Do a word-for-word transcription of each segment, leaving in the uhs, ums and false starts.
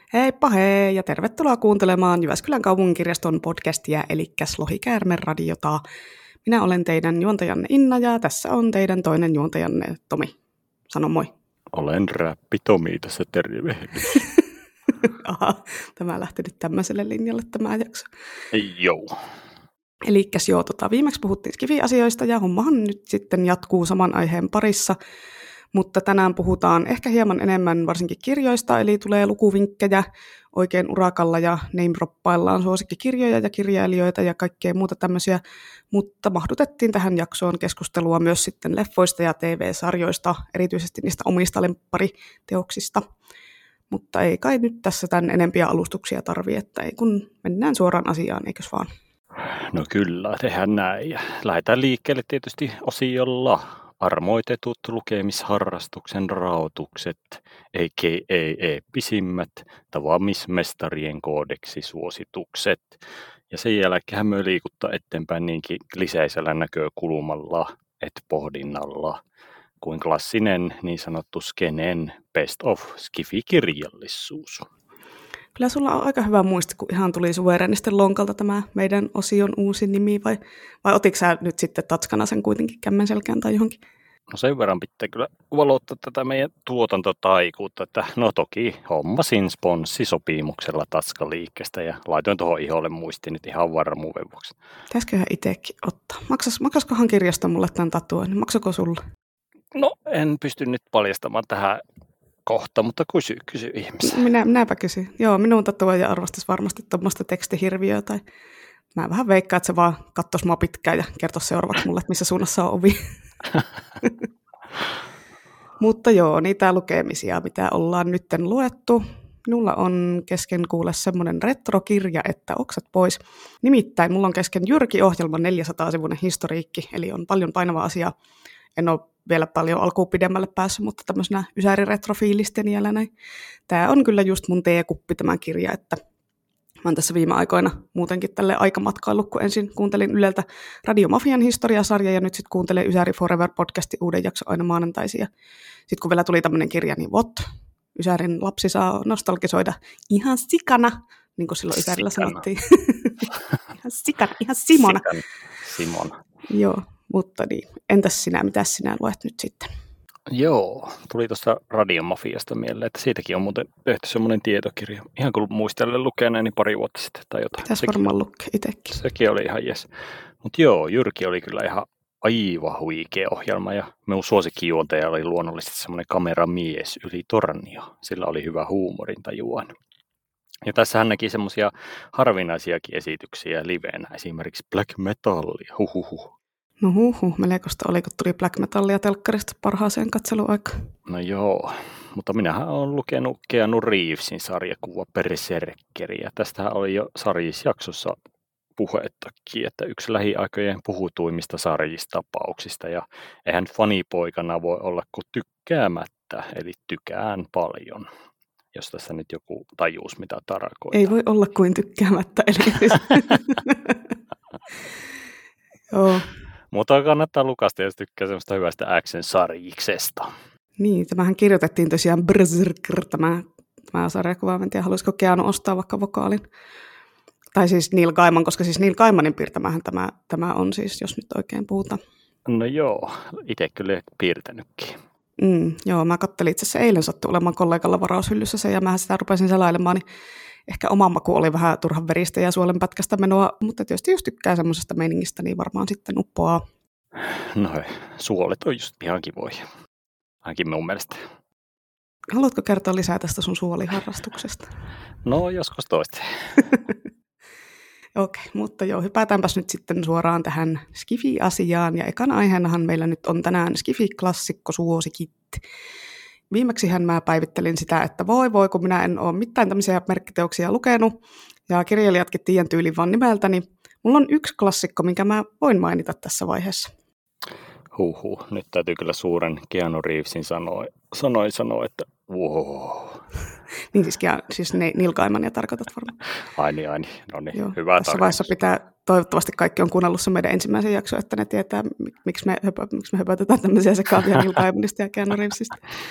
Heippa hei ja tervetuloa kuuntelemaan Jyväskylän kaupunginkirjaston podcastia, eli Lohikäärme radiota. Minä olen teidän juontajanne Inna ja tässä on teidän toinen juontajanne Tomi. Sano moi. Olen räppi Tomi tässä tervehdys. Aha, tämä lähti nyt tämmöiselle linjalle tämä jakso. Joo. Elikkäs joo, tota, viimeksi puhuttiin Skifi-asioista ja hommahan nyt sitten jatkuu saman aiheen parissa. Mutta tänään puhutaan ehkä hieman enemmän varsinkin kirjoista, eli tulee lukuvinkkejä oikein urakalla ja name-droppaillaan suosikkikirjoja ja kirjailijoita ja kaikkea muuta tämmöisiä. Mutta mahdutettiin tähän jaksoon keskustelua myös sitten leffoista ja T V-sarjoista, erityisesti niistä omista lemppariteoksista. Mutta ei kai nyt tässä tämän enempiä alustuksia tarvitse, että ei kun mennään suoraan asiaan, eikös vaan? No kyllä, tehdään näin. Lähdetään liikkeelle tietysti osiolla. Armoitetut lukemisharrastuksen raotukset, a k a eeppisimmät tavaamismestarien koodeksisuositukset. Ja sen jälkeen me liikuttaa eteenpäin niinkin kliseisellä näkökulmalla, et pohdinnalla, kuin klassinen niin sanottu skenen best of skifi-kirjallisuus. Kyllä sulla on aika hyvä muisti, kun ihan tuli suverenisten lonkalta tämä meidän osion uusi nimi, vai, vai otitko sä nyt sitten tatskana sen kuitenkin kämmen selkään tai johonkin? No sen verran pitää kyllä valottaa tätä meidän tuotantotaikuutta, että no toki hommasin sponssisopimuksella Tatska-liikkeestä ja laitoin tuohon iholle muistiin nyt ihan varmuuden vuoksi. Pitäisiköhän itsekin ottaa? Maksas, maksaskohan kirjasto mulle tämän tatuoinnin? Maksako sulle? No en pysty nyt paljastamaan tähän kohta, mutta kysy, kysy ihmisiä. Minä, minäpä kysyn. Joo, minun tatuoija arvostaisi varmasti tuommoista tekstihirviöä tai mä vähän veikkaan, että se vaan katsoisi mua pitkään ja kertoisi seuraavaksi mulle, että missä suunnassa on ovi. Mutta joo, niitä lukemisia, mitä ollaan nytten luettu. Minulla on kesken kuule semmoinen retrokirja, että oksat pois. Nimittäin mulla on kesken Jyrki-ohjelman neljäsataa-sivuinen historiikki, eli on paljon painavaa asiaa. En ole vielä paljon alkuun pidemmälle päässyt, mutta tämmöisenä ysäri-retrofiilistelijällä näin. Tämä on kyllä just mun teekuppi tämä kirja, että mä oon tässä viime aikoina muutenkin tälle aikamatkaillut, kun ensin kuuntelin Yleltä Radio Mafian historiasarja ja nyt sitten kuuntelen Ysäri Forever-podcastin uuden jakson aina maanantaisin. Sitten kun vielä tuli tämmöinen kirja, niin vot, Ysärin lapsi saa nostalgisoida ihan sikana, niin kuin silloin Ysärillä sanottiin. ihan sikana, ihan Simona. Sikan. Simona. Joo, mutta niin. Entäs sinä, mitäs sinä luet nyt sitten? Joo, tuli tuosta Radiomafiasta mieleen, että siitäkin on muuten tehty semmoinen tietokirja. Ihan kun muistelen lukeneeni pari vuotta sitten tai jotain. Pitäisi varmaan lukea itsekin. Sekin oli ihan jes. Mutta joo, Jyrki oli kyllä ihan aivan huikea ohjelma ja minun suosikkijuontaja oli luonnollisesti semmoinen kameramies yli tornio. Sillä oli hyvä huumorintajuon. Ja tässä hän näki semmoisia harvinaisiakin esityksiä livenä, esimerkiksi black metallia, huhuhu. No huuhuh, melkoista oli, kun tuli black metallia telkkarista parhaaseen katseluaikaan. No joo, mutta minähän olen lukenut Keanu Reevesin sarjakuva Berserkeriä. Tästähän oli jo sarjisjaksossa puhettakin, että yksi lähiaikojen puhutuimmista sarjistapauksista. Ja eihän fanipoikana voi olla kuin tykkäämättä, eli tykään paljon. Jos tässä nyt joku tajuus, mitä tarkoittaa. Ei voi olla kuin tykkäämättä. Eli... joo. Mutta kannattaa lukasta, jos tykkää semmoista hyvästä action-sarjiksesta. Niin, tämähän kirjoitettiin tosiaan Berserker, tämä, tämä sarjakuva. En tiedä, haluaisiko Keanu ostaa vaikka vokaalin. Tai siis Neil Gaiman, koska siis Neil Gaimanin piirtämähän tämä, tämä on siis, jos nyt oikein puhutaan. No joo, itse kyllä piirtänytkin. Mm, joo, mä kattelin itse asiassa eilen sattui olemaan kollegalla varaushyllyssä se, ja mä sitä rupesin selailemaan, niin ehkä oman maku oli vähän turhan veristä ja suolenpätkästä menoa, mutta tietysti jos tykkää semmoisesta meiningistä, niin varmaan sitten uppoaa. No suolet on just ihan kivoja, ainakin mun mielestä. Haluatko kertoa lisää tästä sun suoliharrastuksesta? No joskus toista. Okei, okay, mutta joo, hypätäänpäs nyt sitten suoraan tähän Skifi-asiaan, ja ekan aiheenahan meillä nyt on tänään Skifi-klassikkosuosikit. Viimeksihän mä päivittelin sitä, että voi voi, kun minä en ole mitään tämmöisiä merkkiteoksia lukenut, ja kirjailijatkin tiedän tyylin vaan nimeltä, niin mulla on yksi klassikko, minkä mä voin mainita tässä vaiheessa. Huhhuh, nyt täytyy kyllä suuren Keanu Reevesin sanoi, sanoi sanoa, että wow. Niin siis, siis Neil Gaimania tarkoitat varmaan. Ai niin, ai niin. No niin, joo, hyvä tässä vaiheessa pitää, toivottavasti kaikki on kuunnellut sen meidän ensimmäisen jakson, että ne tietää, miksi me, höpö, miksi me höpötetään tämmöisiä sekaavia Neil Gaimanista ja Keanu Reevesistä.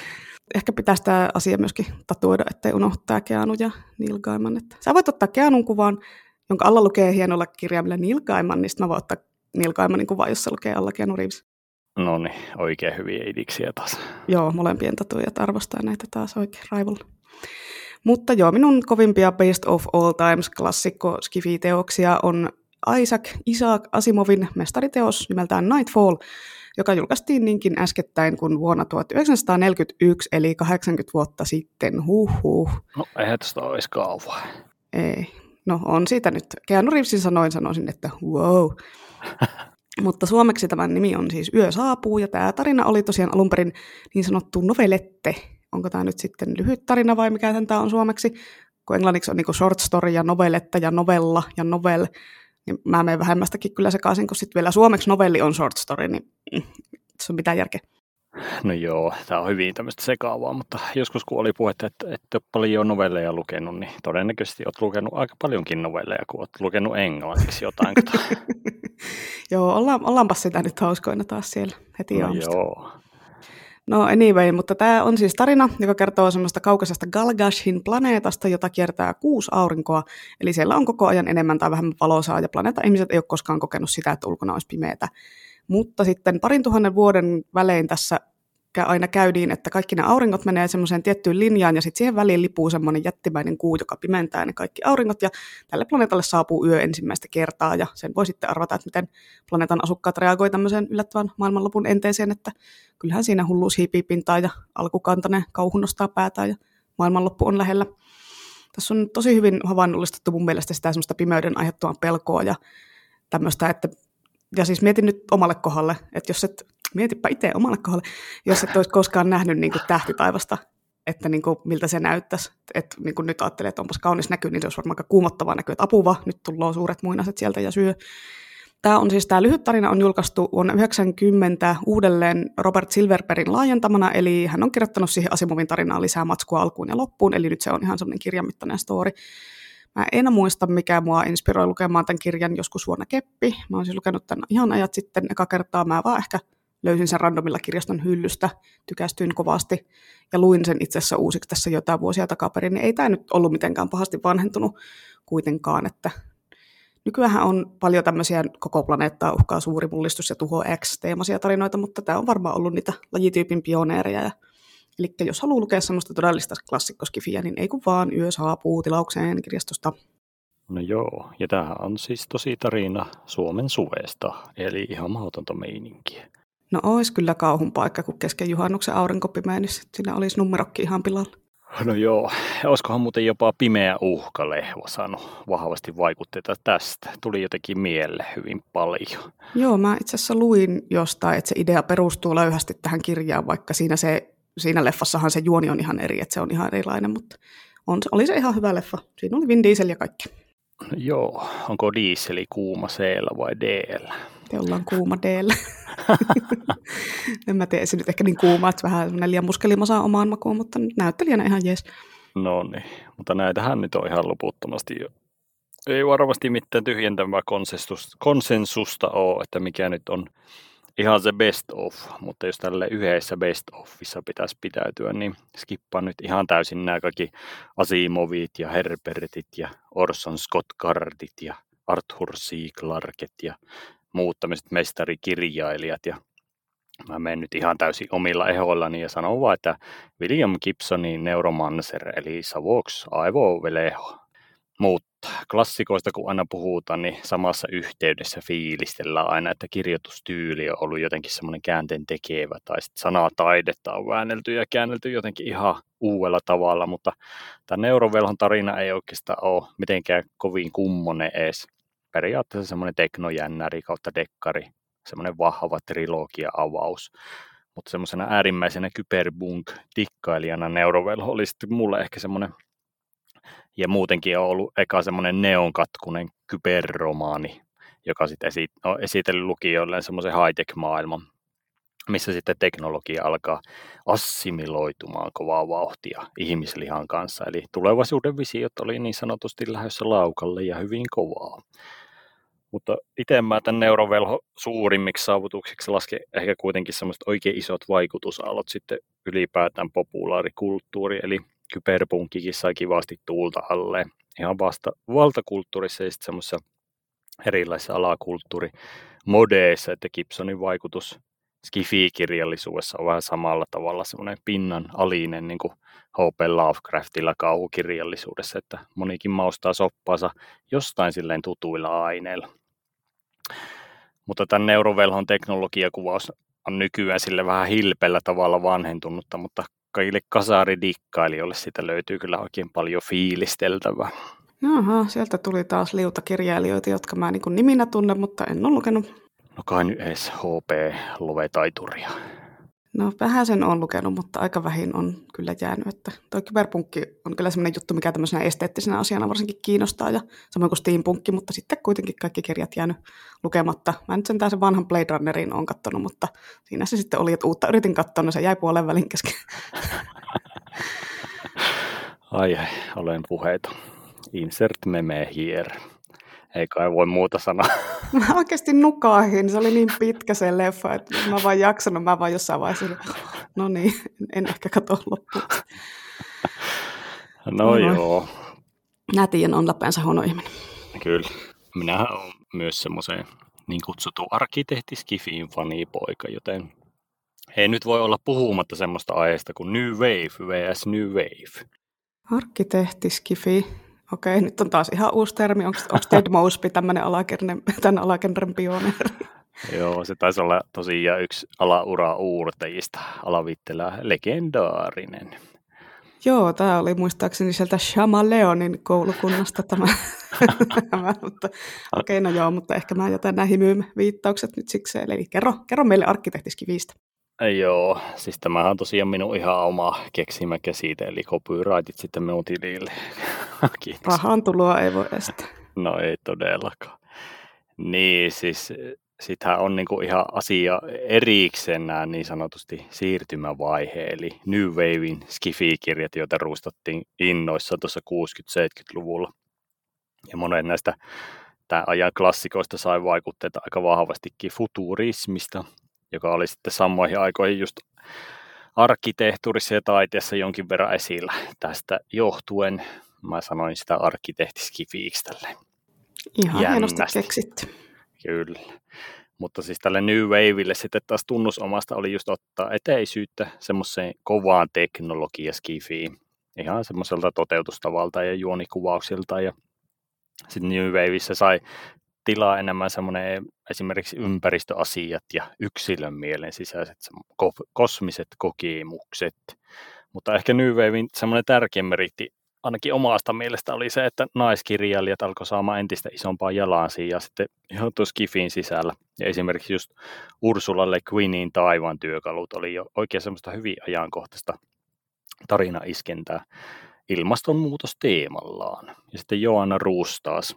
ehkä pitäisi tämä asia myöskin tatuoida, ettei unohtaa tämä Keanu ja Neil Gaiman. Että sä voit ottaa Keanun kuvan, jonka alla lukee hienolla kirjaimella Neil Gaiman, niin sitten mä voin ottaa Neil Gaimanin kuvan, jossa lukee alla Keanu Reeves. No niin, oikein hyviä idiksiä taas. Joo, molempien tatuijat arvostaa näitä taas oikein raivolla. Mutta joo, minun kovimpia Best of All Times klassikko skifi-teoksia on Isaac Isaac Asimovin mestariteos nimeltään Nightfall, joka julkaistiin niinkin äskettäin kuin vuonna tuhatyhdeksänsataaneljäkymmentäyksi, eli kahdeksankymmentä vuotta sitten. Huhhuh. No eihän tästä olisi kauan. Ei. No on siitä nyt. Keanu Reevesin sanoin sanoisin, että wow. Mutta suomeksi tämän nimi on siis Yö saapuu, ja tämä tarina oli tosiaan alun perin niin sanottu novelette. Onko tämä nyt sitten lyhyt tarina vai mikä tämä on suomeksi? Kun englanniksi on niin kuin short story ja novelletta ja novella ja novel, niin mä menen vähemmästäkin kyllä sekaisin, kun sitten vielä suomeksi novelli on short story, niin mm, se on mitään järkeä. No joo, tämä on hyvin tämmöistä sekaavaa, mutta joskus kun oli puhetta, että et ole paljon novelleja lukenut, niin todennäköisesti olet lukenut aika paljonkin novelleja, kun olet lukenut englanniksi jotain. Joo, ollaan, ollaanpa sitä nyt hauskoina taas siellä heti no aamusta. Joo. No anyway, mutta tämä on siis tarina, joka kertoo semmoista kaukaisesta Galgashin planeetasta, jota kiertää kuusi aurinkoa. Eli siellä on koko ajan enemmän tai vähemmän valoisaa, ja planeetan ihmiset ei ole koskaan kokenut sitä, että ulkona olisi pimeätä. Mutta sitten parin tuhannen vuoden välein tässä aina käytiin, että kaikki ne auringot menee semmoiseen tiettyyn linjaan, ja sitten siihen väliin lipuu semmoinen jättimäinen kuu, joka pimentää ne kaikki auringot, ja tälle planeetalle saapuu yö ensimmäistä kertaa, ja sen voi sitten arvata, että miten planeetan asukkaat reagoi tämmöiseen yllättävän maailmanlopun enteeseen, että kyllähän siinä hulluus hiipii pintaan, ja alkukantainen kauhu nostaa päätään, ja maailmanloppu on lähellä. Tässä on tosi hyvin havainnollistettu mun mielestä sitä semmoista pimeyden aiheuttua pelkoa, ja tämmöistä, että ja siis mietin nyt omalle kohdalle, että jos et, mietipä itse omalle kohdalle, jos et olisi koskaan nähnyt niin kuin tähtitaivasta, että niin kuin, miltä se näyttäisi. Että niin kuin nyt ajattelee, että onpas kaunis näky, niin se olisi varmaan aika kuumottavaa näkyä, että apuva, nyt tullaan suuret muinaset sieltä ja syö. Tämä on siis, tämä lyhyt tarina on julkaistu vuonna yhdeksänkymmentä uudelleen Robert Silverbergin laajentamana, eli hän on kirjoittanut siihen Asimovin tarinaan lisää matskua alkuun ja loppuun, eli nyt se on ihan semmoinen kirjanmittainen story. Mä en muista, mikä mua inspiroi lukemaan tämän kirjan joskus vuonna Keppi. Mä oon siis lukenut tämän ihan ajat sitten eka kertaa. Mä vaan ehkä löysin sen randomilla kirjaston hyllystä, tykästyin kovasti ja luin sen itse asiassa uusiksi tässä jotain vuosia takaperin. Niin ei tämä nyt ollut mitenkään pahasti vanhentunut kuitenkaan, että nykyään on paljon tämmöisiä koko planeettaa uhkaa suuri mullistus ja tuho X-teemaisia tarinoita, mutta tämä on varmaan ollut niitä lajityypin pioneereja. Ja eli jos haluaa lukea semmoista todellista klassikkoskifiä, niin ei kun vaan Yö saapuu tilaukseen kirjastosta. No joo, ja tämähän on siis tosi tarina Suomen suvesta, eli ihan mahdotonta meininkiä. No ois kyllä kauhun paikka, kun kesken juhannuksen aurinko pimeä, niin siinä olisi numerokki ihan pilalla. No joo, olisikohan muuten jopa Pimeä uhka-lehvo saanut vahvasti vaikutteita tästä. Tuli jotenkin mieleen hyvin paljon. Joo, mä itse asiassa luin jostain, että se idea perustuu löyhästi tähän kirjaan, vaikka siinä, se, siinä leffassahan se juoni on ihan eri, että se on ihan erilainen, mutta on, oli se ihan hyvä leffa. Siinä oli Vin Diesel ja kaikki. No joo, onko dieseli kuuma C-llä vai D-llä? Te ollaan kuuma D-llä. En mä tiedä, se nyt ehkä niin kuuma, että vähän liian muskelimasa omaan makuun, mutta näyttelijänä ihan jees. No niin, mutta näitähän nyt on ihan loputtomasti jo. Ei varmasti mitään tyhjentävää konsensus, konsensusta ole, että mikä nyt on ihan se best of, mutta jos tälle yhdessä best ofissa pitäisi pitäytyä, niin skippaan nyt ihan täysin nämä kaikki Asimovit ja Herbertit ja Orson Scott Cardit ja Arthur C. Clarket ja muut tämmöiset mestarikirjailijat. Ja mä menen nyt ihan täysin omilla ehoillani ja sanon vaan, että William Gibsonin Neuromancer eli Savox aivoveleho. Mutta klassikoista kun aina puhutaan, niin samassa yhteydessä fiilistellään aina, että kirjoitustyyli on ollut jotenkin semmoinen käänteen tekevä, tai sitten sanataidetta on väännelty ja käännelty jotenkin ihan uudella tavalla, mutta tämä Neurovelhon tarina ei oikeastaan ole mitenkään kovin kummonen edes. Periaatteessa semmoinen teknojännäri kautta dekkari, semmoinen vahva trilogia-avaus. Mutta semmoisena äärimmäisenä kyberbunk-dikkailijana Neurovelho oli sitten mulle ehkä semmoinen, ja muutenkin on ollut eka semmoinen neonkatkunen kyberromaani, joka sitten esi- on esitellyt lukijoilleen semmoisen high-tech-maailman, missä sitten teknologia alkaa assimiloitumaan kovaa vauhtia ihmislihan kanssa. Eli tulevaisuuden visiot oli niin sanotusti lähdössä laukalle ja hyvin kovaa. Mutta itse mä tämän Neurovelho suurimmiksi saavutuksiksi lasken ehkä kuitenkin semmoiset oikein isot vaikutusaallot sitten ylipäätään populaarikulttuuri, eli kyberpunkkikin sai kivasti tuulta alle. Ihan vasta valtakulttuurissa ja sitten semmoisissa erilaisissa alakulttuurimodeissa, että Gibsonin vaikutus skifi-kirjallisuudessa on vähän samalla tavalla semmoinen pinnan alinen niin kuin H P Lovecraftilla kauhukirjallisuudessa, että monikin maustaa soppaansa jostain silleen tutuilla aineilla. Mutta tämän neurovelhon teknologiakuvaus on nykyään sille vähän hilpellä tavalla vanhentunutta, mutta kaikille kasaridikkailijoille siitä löytyy kyllä oikein paljon fiilisteltävää. Jaha, sieltä tuli taas liuta kirjailijoita, jotka mä niin kuin niminä tunnen, mutta en ole lukenut. No kai nyt edes H P Lovetaituria. No vähän sen on lukenut, mutta aika vähin on kyllä jäänyt. Että toi kyberpunkki on kyllä semmoinen juttu, mikä tämmöisenä esteettisenä asiana varsinkin kiinnostaa, ja samoin kuin steampunkki, mutta sitten kuitenkin kaikki kirjat jäänyt lukematta. Mä nyt sentään sen vanhan Blade Runnerin on kattonut, mutta siinä se sitten oli, että uutta yritin katsoa, no se jäi puolen välin kesken. Ai ai, olen puheita. Insert meme here. Ei kai voi muuta sanoa. Mä oikeasti nukahin, se oli niin pitkä se leffa, että mä vaan jaksanut, mä vaan jossain vaiheessa, no niin, en ehkä katso loppuun. No, no joo. Mä tiedän, on läpeensä huono ihminen. Kyllä. Minähän olen myös semmoisen niin kutsuttu arkkitehti-skifin fanipoika, joten ei nyt voi olla puhumatta semmoista aiheesta kuin New Wave versus New Wave. Arkkitehti-skifi. Okei, nyt on taas ihan uusi termi. Onko Ted Mosby tämmöinen alakernen, tämän alakernen pioneeri? Joo, se taisi olla tosiaan yksi alaura uurtajista, Alavittelä legendaarinen. Joo, tämä oli muistaakseni sieltä Shamaleonin koulukunnasta tämä. mutta, okei, no joo, mutta ehkä mä jätän nämä hymyym-viittaukset nyt sikseen. Eli kerro, kerro meille arkkitehtiskivistä. Joo, siis tämähän on tosiaan minun ihan oma keksimä käsite, eli copyrightit sitten minun tilille. Kiitos. Rahan tuloa ei voi estää. No ei todellakaan. Niin, siis sittenhän on niinku ihan asia erikseen nämä niin sanotusti siirtymävaihe, eli New Wavein skifi-kirjat, joita ruustattiin innoissa tuossa kuusikymmentä-seitsemänkymmentäluvulla. Ja monet näistä tämän ajan klassikoista sai vaikutteita aika vahvastikin futurismista, joka oli sitten samoihin aikoihin just arkkitehtuurissa ja taiteessa jonkin verran esillä. Tästä johtuen mä sanoin sitä arkkitehtiskifiiksi tälleen. Ihan hienosti keksitty. Kyllä. Mutta siis tälle New Wavelle sitten taas tunnusomasta oli just ottaa eteisyyttä semmoiseen kovaan teknologiaskifiin. Ihan semmoiselta toteutustavalta ja juonikuvauksilta. Ja sitten New Waveissa sai tilaa enemmän semmoinen esimerkiksi ympäristöasiat ja yksilön mielen sisäiset kosmiset kokemukset. Mutta ehkä New Wavein semmoinen tärkein meritti ainakin omasta mielestä oli se, että naiskirjailijat alkoi saamaan entistä isompaa jalansijaa sitten ihan tuossa skifin sisällä. Ja esimerkiksi just Ursula Le Guinin Taivaan työkalut oli jo oikein semmoista hyvin ajankohtaista tarinaiskentää ilmastonmuutosteemallaan. Ja sitten Joanna Ruus taas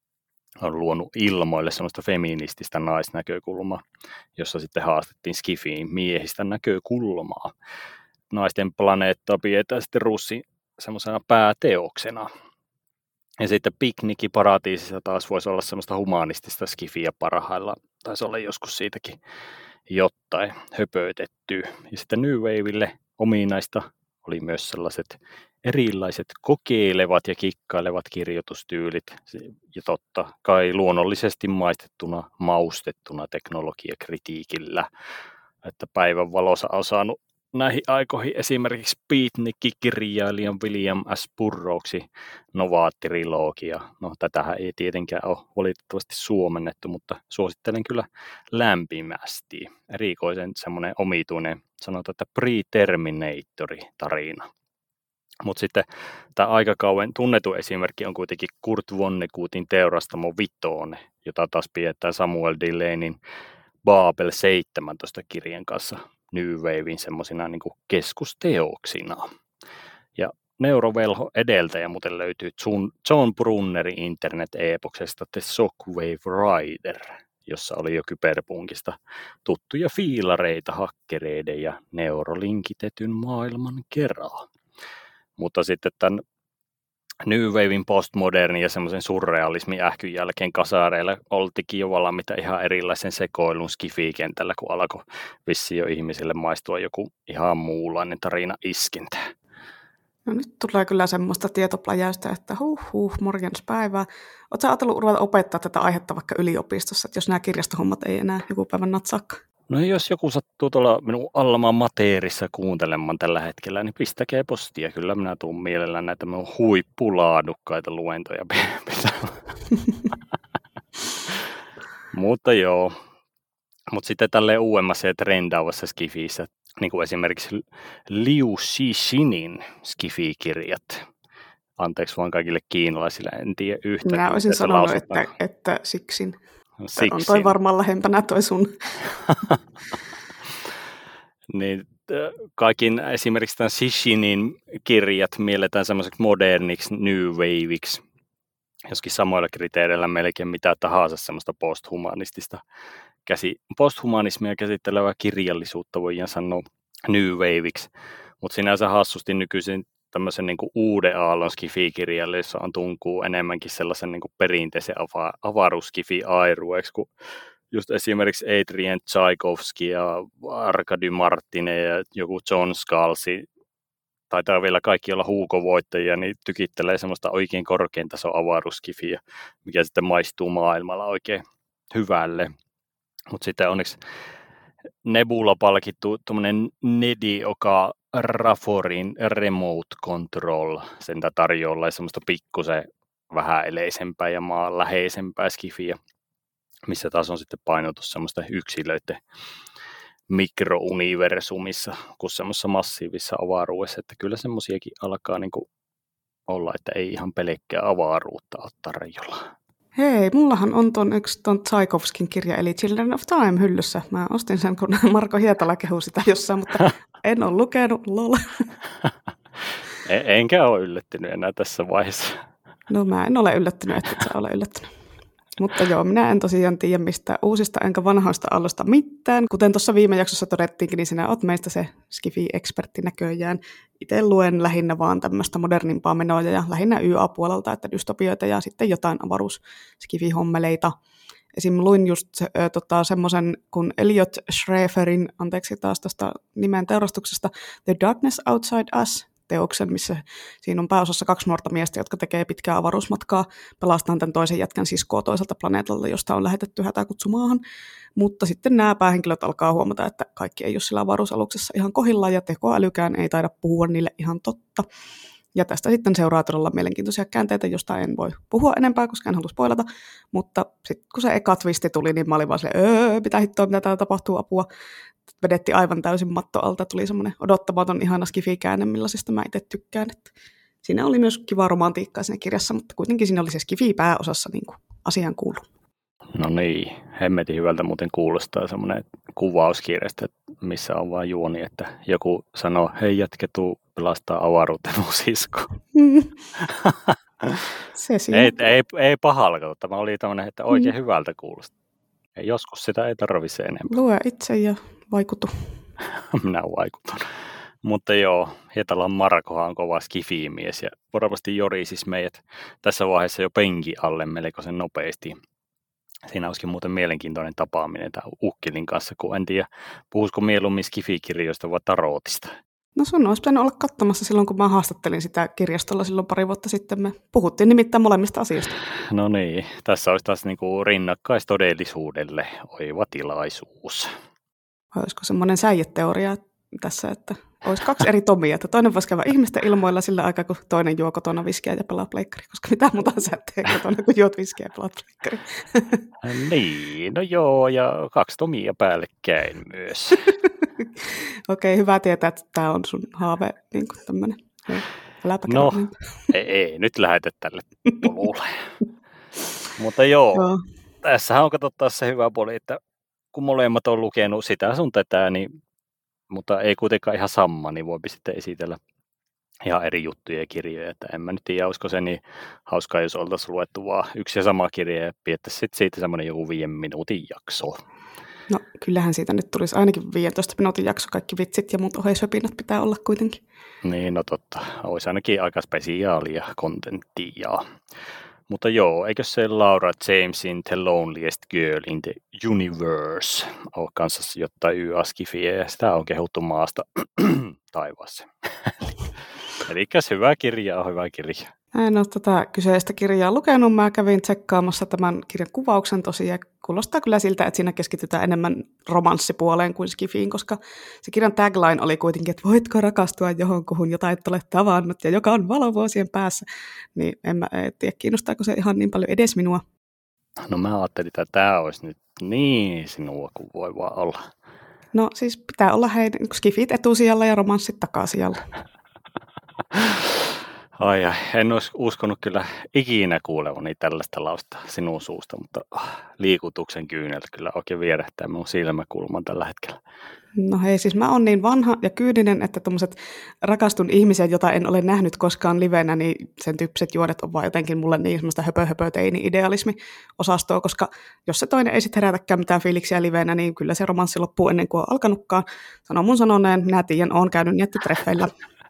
on luonut ilmoille semmoista feminististä naisnäkökulmaa, jossa sitten haastettiin skifiin miehistä näkökulmaa. Naisten planeettaa pidetään sitten Russin semmoisena pääteoksena. Ja sitten Piknikki paratiisissa taas voisi olla semmoista humanistista skifiä parhailla. Taisi olla joskus siitäkin jotain höpötetty. Ja sitten New Wavelle ominaista oli myös sellaiset erilaiset kokeilevat ja kikkailevat kirjoitustyylit. Ja totta kai luonnollisesti maistettuna, maustettuna teknologiakritiikillä. Että päivän valossa on saanut näihin aikoihin esimerkiksi beatnik-kirjailijan William S. Burroughsin Nova-trilogia. No tätähän ei tietenkään ole valitettavasti suomennettu, mutta suosittelen kyllä lämpimästi. Erikoisen semmoinen omituinen, sanotaan, että pre-Terminatori-tarina. Mutta sitten tämä aikakauden tunnettu esimerkki on kuitenkin Kurt Vonneguttin Teurastamo Vitone, jota taas pidetään Samuel Delaneyn Babel seitsemäntoista kirjan kanssa New Wavein semmoisina niin kuin keskusteoksina. Ja neurovelho edeltäjä muuten löytyy John Brunnerin internet-eepoksesta The Shockwave Rider, jossa oli jo kyberpunkista tuttuja fiilareita hakkereiden ja neurolinkkitetyn maailman kerran. Mutta sitten tämän New Wavein postmoderni ja semmoisen surrealismin ähkyn jälkeen kasareilla oltikin jo valmiita ihan erilaisen sekoilun skifi-kentällä, kun alkoi vissiin jo ihmisille maistua joku ihan muunlainen tarina iskintä. No nyt tulee kyllä semmoista tietopläjäystä, että huh huh, morjenspäivää. Oletko ajatellut ruveta opettaa tätä aihetta vaikka yliopistossa, että jos nämä kirjastohommat ei enää joku päivän natsaakaan? No jos joku sattuu tuolla minun Allamaan Mateerissa kuuntelemaan tällä hetkellä, niin pistäkää postia. Kyllä minä tuun mielellään näitä minun huippulaadukkaita luentoja pitää. Mutta joo. Mutta sitten tälleen uudemmassa ja trendaavassa skifissä, niin kuin esimerkiksi Liu Cixinin skifi-kirjat. Anteeksi vaan kaikille kiinalaisille, en tiedä yhtään. Minä olisin sanonut, että, että Sixin. Sixin. On toi varmaan lähempänä toi sun. Niin, kaikin esimerkiksi tämän Cixinin kirjat mielletään semmoiseksi moderniksi New Waveiksi, joskin samoilla kriteereillä melkein mitä tahansa semmoista posthumanistista käsi, posthumanismia käsittelevää kirjallisuutta voidaan sanoa New Waveiksi, mutta sinänsä hassusti nykyisin tämmöisen niin kuin uuden aallon skifi-kirjalle, jossa on tunkuu enemmänkin sellaisen niin kuin perinteisen ava- avaruuskifi-airueeksi, kun just esimerkiksi Adrian Tchaikovsky ja Arkady Martine ja joku John Scalzi, taitaa vielä kaikki olla huukovoittajia, niin tykittelee semmoista oikein korkean tason avaruuskifiä, mikä sitten maistuu maailmalla oikein hyvälle. Mutta sitten onneksi Nebula palkittu tuommoinen Nedi Oka Raforin Remote Control, sen tarjolla semmoista pikkusen vähän eleisempää ja maanläheisempää skifiä, missä taas on sitten painotus semmoista yksilöiden mikrouniversumissa kuin semmoisessa massiivisessa avaruudessa, että kyllä semmoisiakin alkaa niinku olla, että ei ihan pelkkää avaruutta ole tarjolla. Hei, mullahan on ton yksi ton Tchaikovskin kirja, eli Children of Time hyllyssä. Mä ostin sen, kun Marko Hietala kehui sitä jossain, mutta en ole lukenut, lol. Enkä ole yllättynyt enää tässä vaiheessa. No mä en ole yllättynyt, että et sä ole yllättynyt. Mutta joo, minä en tosiaan tiedä mistä uusista enkä vanhoista aloista mitään. Kuten tuossa viime jaksossa todettiinkin, niin sinä oot meistä se skifi-ekspertti näköjään. Itse luen lähinnä vaan tämmöistä modernimpaa menoa ja lähinnä Y A-puolelta, että dystopioita ja sitten jotain avaruus-skifi-hommeleita. Esim. Luin just äh, tota, semmoisen kuin Elliot Schreferin, anteeksi taas tästä nimen teurastuksesta, The Darkness Outside Us, teoksen, missä siinä on pääosassa kaksi nuorta miestä, jotka tekee pitkää avaruusmatkaa pelastaan tämän toisen jätkän siskoa toiselta planeetalta, josta on lähetetty hätäkutsu maahan. Mutta sitten nämä päähenkilöt alkaa huomata, että kaikki ei ole sillä avaruusaluksessa ihan kohdillaan ja tekoälykään ei taida puhua niille ihan totta. Ja tästä sitten seuraa todella mielenkiintoisia käänteitä, josta en voi puhua enempää, koska en halua spoilata. Mutta sitten kun se eka twisti tuli, niin mä olin vaan silleen, öö, mitä hittoa, mitä täällä tapahtuu, apua. Vedetti aivan täysin matto alta, tuli semmoinen odottamaton ihana skifi-käänne, millaisesta mä itse tykkään. Että siinä oli myös kiva romantiikkaa siinä kirjassa, mutta kuitenkin siinä oli se skifi pääosassa niin kuin asiaan kuuluu. No niin, hemmetin hyvältä muuten kuulostaa semmoinen kuvauskirjasta, missä on vaan juoni, että joku sanoo, hei jätkä, tuu pelastaa avaruuteen mun sisko. Mm. Se siinä. Ei, ei, ei pahalla, kato. Tämä oli tämmöinen, että oikein mm. hyvältä kuulostaa. Joskus sitä ei tarvitse enemmän. Lue itse ja vaikutu. Minä vaikutan. Mutta joo, Hietalan Markohan on kova skifi-mies ja varmasti Jori siis meidät tässä vaiheessa jo penki alle melkoisen nopeasti. Siinä olisikin muuten mielenkiintoinen tapaaminen tämän Ukkilin kanssa, kun en tiedä, puhuisiko mieluummin skifi-kirjoista vai tarotista. No sun olisi pitänyt olla katsomassa silloin, kun mä haastattelin sitä kirjastolla silloin pari vuotta sitten. Me puhuttiin nimittäin molemmista asioista. No niin, tässä olisi taas niinku rinnakkaistodellisuudelle oiva tilaisuus. Olisiko semmoinen säijeteoria tässä, että olisi kaksi eri Tomia, että toinen voisi käydä ihmisten ilmoilla sillä aikaa, kun toinen juo kotona viskiä ja pelaa pleikkari, koska mitä muuta sä teet kotona, kun juot viskiä ja pelaat pleikkari. Niin, no joo, ja kaksi Tomia päällekkäin myös. Okei, hyvä tietää, että tämä on sun haave, niin kuin tämmöinen. No, ei, ei nyt lähetä tälle polulle. Mutta joo, joo. Tässähän on katsottaa se hyvä puoli, että kun molemmat on lukenut sitä sun tätä, niin, mutta ei kuitenkaan ihan sama, niin voipi sitten esitellä ihan eri juttuja ja kirjoja. Että en mä nyt tiedä, olisiko se niin hauskaa, jos oltaisiin luettu vaan yksi ja sama kirja ja pidettäisiin sitten siitä semmoinen joku viiden minuutin jakso. No kyllähän siitä nyt tulisi ainakin viidentoista minuutin jakso, kaikki vitsit ja muut oheishöpinät pitää olla kuitenkin. Niin, no totta. Olisi ainakin aika spesiaalia kontenttia. Mutta joo, eikö se Laura Jamesin The Loneliest Girl in the Universe ole kanssa jotain y-askifiä, ja sitä on kehuttu maasta taivaassa. Eli hyvä kirja on hyvä kirja. Mä en ole tätä kyseistä kirjaa lukenut, mä kävin tsekkaamassa tämän kirjan kuvauksen tosiaan. Kuulostaa kyllä siltä, että siinä keskitytään enemmän romanssipuoleen kuin skifiin, koska se kirjan tagline oli kuitenkin, että voitko rakastua johonkuhun, jota et ole tavannut ja joka on valovuosien päässä. Niin en mä en tiedä, kiinnostaako se ihan niin paljon edes minua. No mä ajattelin, että tämä olisi nyt niin sinua kuin voi vaan olla. No siis pitää olla hei skifit etusijalla ja romanssit takasijalla. Ai, ai, en olisi uskonut kyllä ikinä kuulevani tällaista lausta sinun suusta, mutta oh, liikutuksen kyyneltä kyllä oikein vierähtää minun silmäkulman tällä hetkellä. No hei, siis mä oon niin vanha ja kyyninen, että tommoset rakastun ihmisiä, jota en ole nähnyt koskaan livenä, niin sen tyyppiset juonet on vaan jotenkin mulle niin semmoista höpö höpö teini idealismi osastoa, koska jos se toinen ei sit herätäkään mitään fiiliksiä livenä, niin kyllä se romanssi loppuu ennen kuin on alkanutkaan. Sano mun sanoneen, minä tiedän, oon käynyt jättitreffeillä.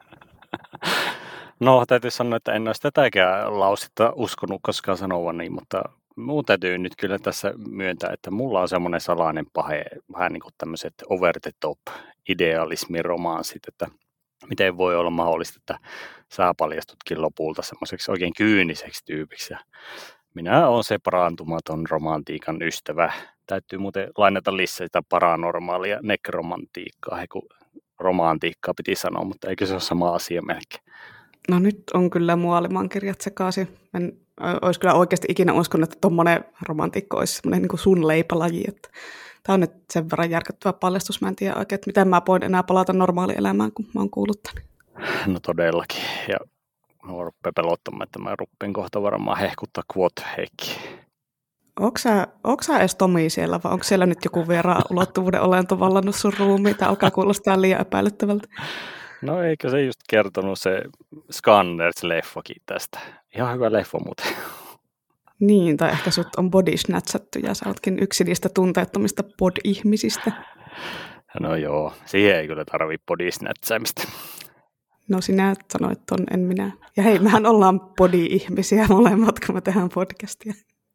No, täytyy sanoa, että en olisi tätäkään lausetta uskonut koskaan sanoa, mutta minun täytyy nyt kyllä tässä myöntää, että mulla on semmoinen salainen pahe, vähän niin kuin tämmöiset over the top idealismiromanssit, että miten voi olla mahdollista, että sä paljastutkin lopulta semmoiseksi oikein kyyniseksi tyypiksi. Ja minä olen se parantumaton romantiikan ystävä. Täytyy muuten lainata lisää sitä paranormaalia nekromantiikkaa, he kun romantiikkaa piti sanoa, mutta eikö se ole sama asia melkein? No nyt on kyllä muolimaan kirjat sekaisin. En olisi kyllä oikeasti ikinä uskonut, että tuommoinen romantiikko olisi semmoinen niin kuin sun leipälaji. Tämä on nyt sen verran järkyttävä paljastus. Mä en tiedä oikein, että miten mä voin enää palata normaalielämään, kun mä oon kuullut tämän. No todellakin. Ja mä rupean pelottamaan, että mä rupean kohta varmaan hehkuttaa quote-heikkiä. Onko sä, onko sä edes Tomi siellä, vai onko siellä nyt joku vieraan ulottuvuuden olento vallannut sun ruumiin? Tämä alkaa kuulostaa liian epäilyttävältä. No eikö se just kertonut se Scanners-leffakin tästä. Ihan hyvä leffa muuten. Niin, tai ehkä sut on body snatchattu ja sä ootkin yksi niistä tunteettomista bod-ihmisistä. No joo, siihen ei kyllä tarvii body snatchaamista. No sinä sanoit ton, en minä. Ja hei, mehän ollaan body-ihmisiä molemmat, kun me tehdään podcastia.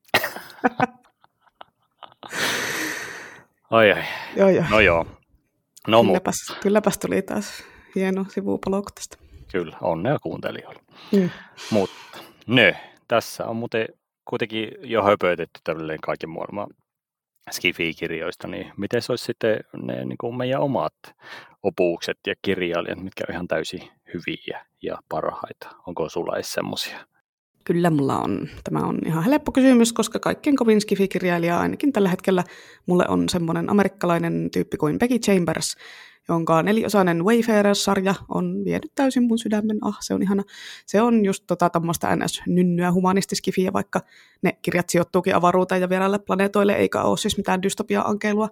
Ai ai. Joo, joo. No joo. No, kylläpäs, kylläpäs tuli taas hieno sivupolku tästä. Kyllä, onnea kuuntelijoille. Mm. Mutta nö, tässä on muuten kuitenkin jo höpötetty tälleen kaiken maailman skifi-kirjoista, niin miten se olisi sitten ne niin kuin meidän omat opuukset ja kirjailijat, mitkä on ihan täysin hyviä ja parhaita? Onko sulla edes semmoisia? Kyllä mulla on. Tämä on ihan helppo kysymys, koska kaikkein kovin skifi-kirjailija ainakin tällä hetkellä mulle on semmoinen amerikkalainen tyyppi kuin Becky Chambers, jonka neliosainen Wayfarers-sarja on vienyt täysin mun sydämen. Ah, se on ihana. Se on just tota tämmöistä N S-nynnyä humanistiskifiä, vaikka ne kirjat sijoittuukin avaruuteen ja vieraille planeetoille, eikä ole siis mitään dystopia-ankeilua.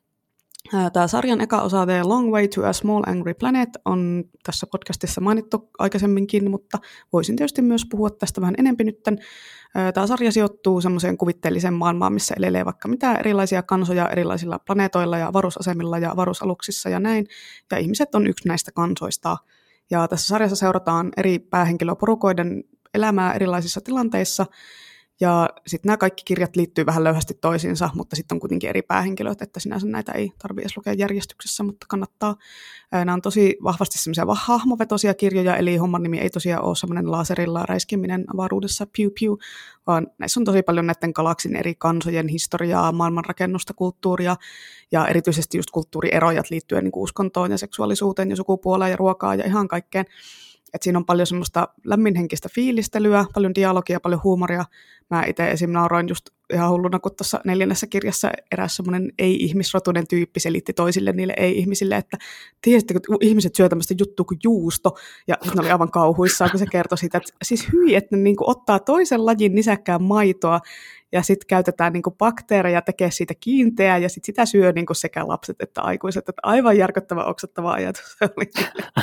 Tämä sarjan eka osa The Long Way to a Small Angry Planet on tässä podcastissa mainittu aikaisemminkin, mutta voisin tietysti myös puhua tästä vähän enemmän nytten. Tämä sarja sijoittuu semmoiseen kuvitteelliseen maailmaan, missä elelee vaikka mitä erilaisia kansoja erilaisilla planeetoilla ja avaruusasemilla ja avaruusaluksissa ja näin, ja ihmiset on yksi näistä kansoista. Ja tässä sarjassa seurataan eri päähenkilöporukoiden elämää erilaisissa tilanteissa, ja sitten nämä kaikki kirjat liittyy vähän löyhästi toisiinsa, mutta sitten on kuitenkin eri päähenkilöt, että sinänsä näitä ei tarvitse edes lukea järjestyksessä, mutta kannattaa. Nämä on tosi vahvasti semmoisia hahmovetoisia kirjoja, eli homman nimi ei tosiaan ole semmoinen laserilla räiskiminen avaruudessa piu piu, vaan näissä on tosi paljon näiden galaksin eri kansojen historiaa, maailmanrakennusta, kulttuuria ja erityisesti just kulttuurierojat liittyen niin kuin uskontoon ja seksuaalisuuteen ja sukupuoleen ja ruokaan ja ihan kaikkeen. Et siinä on paljon semmoista lämminhenkistä fiilistelyä, paljon dialogia, paljon huumoria. Mä itse esim. Nauroin just ihan hulluna, kun tuossa neljännessä kirjassa eräs semmoinen ei-ihmisrotuinen tyyppi selitti toisille niille ei-ihmisille, että tiesittekö, kun ihmiset syö tämmöistä juttua kuin juusto, ja sitten oli aivan kauhuissaan, kun se kertoi siitä, että siis hyi, että ne niinku ottaa toisen lajin nisäkkään maitoa, ja sitten käytetään niinku bakteereja tekee siitä kiinteää, ja sitten sitä syö niinku sekä lapset että aikuiset. Että aivan järkyttävä, oksettava ajatus. Se oli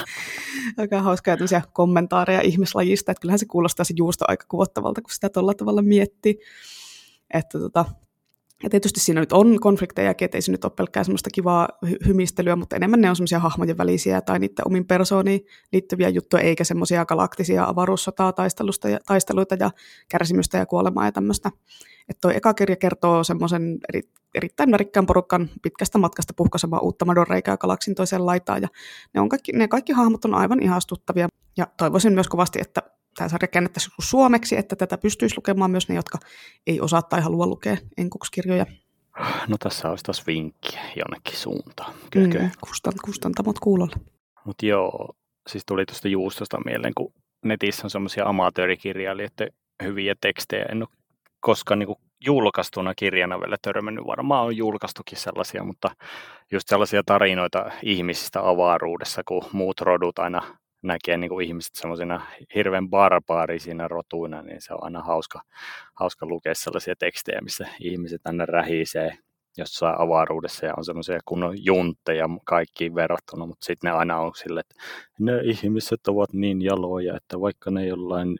aika hauskaa tämmöisiä kommentaareja ihmislajista, että kyllähän se kuulostaa se juusto aika kuvottavalta, kun sitä tuolla tavalla miettii. Että tota, Ja tietysti siinä nyt on konfliktejakin, että ei se nyt ole pelkkää semmoista kivaa hy- hymistelyä, mutta enemmän ne on semmoisia hahmojen välisiä tai niiden omiin persooniin liittyviä juttuja, eikä semmoisia galaktisia avaruussotaa taistelusta ja, taisteluita ja kärsimystä ja kuolemaa ja tämmöistä. Että toi eka kirja kertoo semmoisen eri, erittäin värikkään porukan pitkästä matkasta puhkaisemaan uutta madonreikää galaksin toiseen laitaan. Ja ne, on kaikki, ne kaikki hahmot on aivan ihastuttavia. Ja toivoisin myös kovasti, että tämä sarja käännettäisiin suomeksi, että tätä pystyisi lukemaan myös ne, jotka ei osaa tai halua lukea enkuksi-kirjoja. No tässä olisi taas vinkkiä jonnekin suuntaan. Mm, kustan, kustantamot kuulolla. Mutta joo, siis tuli tuosta juustosta mieleen, kun netissä on semmoisia amatöörikirjailijoiden hyviä tekstejä. En ole koskaan niin kuin julkaistuna kirjana vielä törmännyt. Varmaan on julkaistukin sellaisia, mutta just sellaisia tarinoita ihmisistä avaruudessa, kun muut rodut aina näkee niin kuin ihmiset semmoisina hirveän barbaarisina rotuina, niin se on aina hauska, hauska lukea sellaisia tekstejä, missä ihmiset aina rähisee jossain avaruudessa ja on semmoisia kunnon juntteja kaikkiin verrattuna, mutta sitten ne aina on silleen, että ne ihmiset ovat niin jaloja, että vaikka ne jollain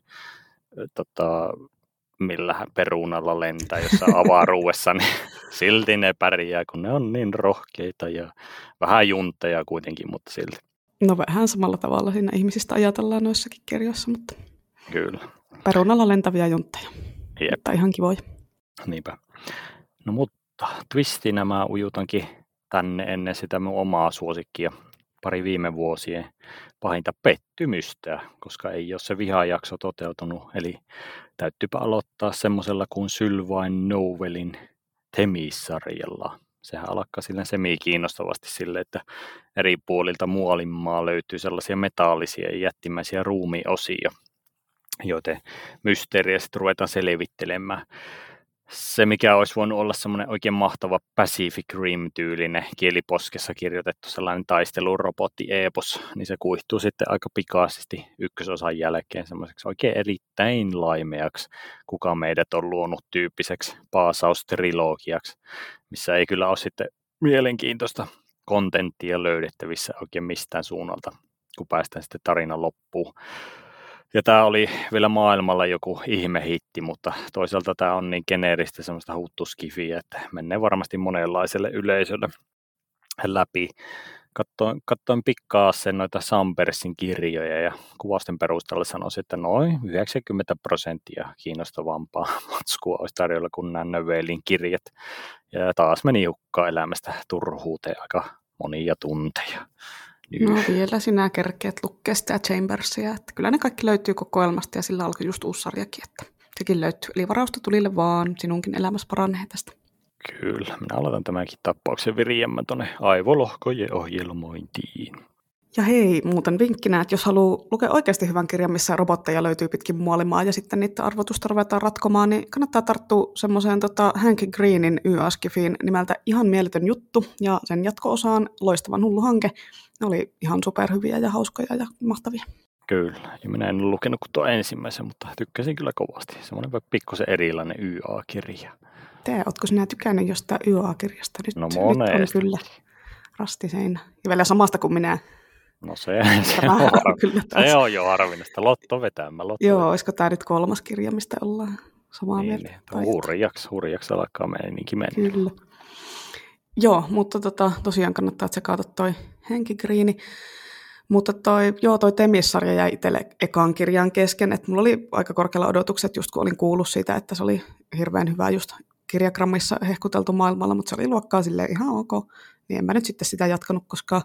tota, millä perunalla lentää jossain avaruudessa, niin silti ne pärjää, kun ne on niin rohkeita ja vähän juntteja kuitenkin, mutta silti. No vähän samalla tavalla siinä ihmisistä ajatellaan noissakin kirjoissa, mutta kyllä. Perunalla lentäviä juntteja. Jep. Mutta ihan kivoja. Niinpä. No mutta twistinä mä ujutankin tänne ennen sitä mun omaa suosikkia pari viime vuosien pahinta pettymystä, koska ei ole se vihajakso toteutunut. Eli täyttyypä aloittaa semmoisella kuin Sylvain Novelin Themis-sarjalla. Sehän alkaa silleen semi-kiinnostavasti sille, että eri puolilta Muolinmaa löytyy sellaisia metallisia ja jättimäisiä ruumiosia, joten mysteeriä sitten ruvetaan selvittelemään. Se, mikä olisi voinut olla semmoinen oikein mahtava Pacific Rim-tyylinen kieliposkessa kirjoitettu sellainen taistelurobotti-epos, niin se kuihtuu sitten aika pikaisesti ykkösosan jälkeen semmoiseksi oikein erittäin laimeaksi, kuka meidät on luonut tyyppiseksi paasaustrilogiaksi, missä ei kyllä ole sitten mielenkiintoista kontenttia löydettävissä oikein mistään suunnalta, kun päästään sitten tarinan loppuun. Ja tämä oli vielä maailmalla joku ihmehitti, mutta toisaalta tämä on niin geneeristä semmoista huttuskifiä, että menee varmasti monenlaiselle yleisölle läpi. Katsoin, katsoin pikkaa sen noita Sampersin kirjoja ja kuvausten perusteella sanoisin, että noin yhdeksänkymmentä prosenttia kiinnostavampaa matskua olisi tarjolla kuin nämä Novelin kirjat. Ja taas meni hukkaan elämästä turhuuteen aika monia tunteja. No vielä sinä kerkeät lukea sitä Chambersia, että kyllä ne kaikki löytyy kokoelmasta ja sillä alkoi just uusi sarjakin, että sekin löytyy. Eli varausta tulille vaan, sinunkin elämässä paranee tästä. Kyllä, minä aloitan tämänkin tappauksen viriämmän tuonne aivolohkojen ohjelmointiin. Ja hei, muuten vinkkinä, että jos haluaa lukea oikeasti hyvän kirjan, missä robotteja löytyy pitkin muolimaa ja sitten niiden arvotusta ruvetaan ratkomaan, niin kannattaa tarttua semmoiseen tota, Hank Greenin Y A-skifiin nimeltä Ihan mieletön juttu ja sen jatko-osaan Loistavan hullu hanke. Ne oli ihan superhyviä ja hauskoja ja mahtavia. Kyllä, ja minä en ole lukenut kuin tuo ensimmäisen, mutta tykkäsin kyllä kovasti. Semmoinen pikkusen erilainen Y A-kirja. Te, ootko sinä tykännyt jostain Y A-kirjasta? Nyt, no nyt monesti. on kyllä rastiseinä. Ja vielä samasta kuin minä. No se, se, on, harvi, se on jo harvinaista. Lotto vetämä. Lotto Joo, vetämä. Olisiko tämä nyt kolmas kirja, mistä ollaan samaa niin, mieltä? Niin, hurjaksi, hurjaksi alkaa meininki mennä. Kyllä. Joo, mutta tota, tosiaan kannattaa tsekata toi Henki Greeni. Mutta toi, joo, toi Themis-sarja jäi itselle ekaan kirjan kesken. Et mulla oli aika korkealla odotukset, just kun olin kuullut siitä, että se oli hirveän hyvä just kirjagrammissa hehkuteltu maailmalla, mutta se oli luokkaa silleen ihan ok. Niin en mä nyt sitten sitä jatkanut, koska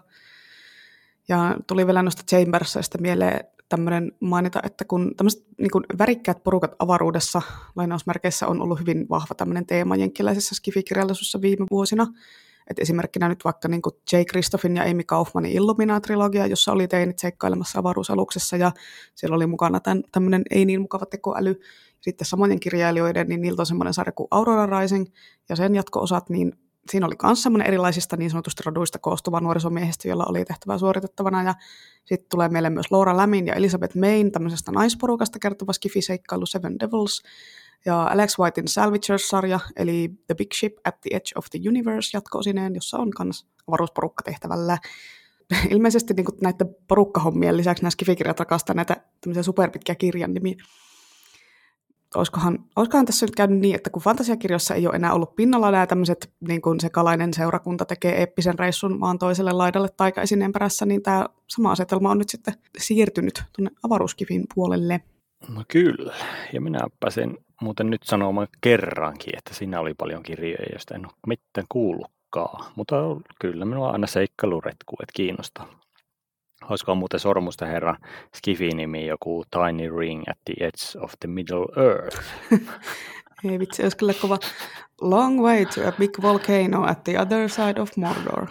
ja tuli vielä noista Chambersista mieleen tämmöinen mainita, että kun tämmöiset niin kuin värikkäät porukat avaruudessa lainausmerkeissä on ollut hyvin vahva tämmöinen teema jenkkiläisessä skifikirjallisuudessa viime vuosina. Et esimerkkinä nyt vaikka niin kuin J. Christophin ja Amy Kaufmanin Illumina-trilogia, jossa oli teinit seikkailemassa avaruusaluksessa ja siellä oli mukana tämän, tämmöinen ei niin mukava tekoäly. Sitten samojen kirjailijoiden, niin niiltä on semmoinen sarja kuin Aurora Rising ja sen jatko-osat, niin siinä oli myös semmoinen erilaisista niin sanotusta roduista koostuva nuorisomiehistä, jolla oli tehtävää suoritettavana. Ja sitten tulee meille myös Laura Lamin ja Elizabeth Main tämmöisestä naisporukasta kertova skifi-seikkailu Seven Devils. Ja Alex Whitein Salvagers-sarja, eli The Big Ship at the Edge of the Universe jatko-osineen, jossa on myös avaruusporukka tehtävällä. Ilmeisesti niin näiden porukkahommien lisäksi nämä skifikirjat rakastaa näitä tämmöisiä superpitkiä kirjan nimiä. Että olisikohan, olisikohan tässä nyt käynyt niin, että kun fantasiakirjoissa ei ole enää ollut pinnalla nämä tämmöiset, niin kuin se kalainen seurakunta tekee eeppisen reissun maan toiselle laidalle taikaesineen perässä, niin tämä sama asetelma on nyt sitten siirtynyt tuonne avaruuskivin puolelle. No kyllä, ja minä pääsen muuten nyt sanomaan kerrankin, että siinä oli paljon kirjoja, joista en ole mitään kuullutkaan. Mutta kyllä minua aina seikkailuretku, että kiinnostaa. Olisikohan muuten Sormusten herran Skifi-nimi joku Tiny Ring at the Edge of the Middle Earth? Ei vitsi, olisi kyllä kova Long way to a big volcano at the other side of Mordor.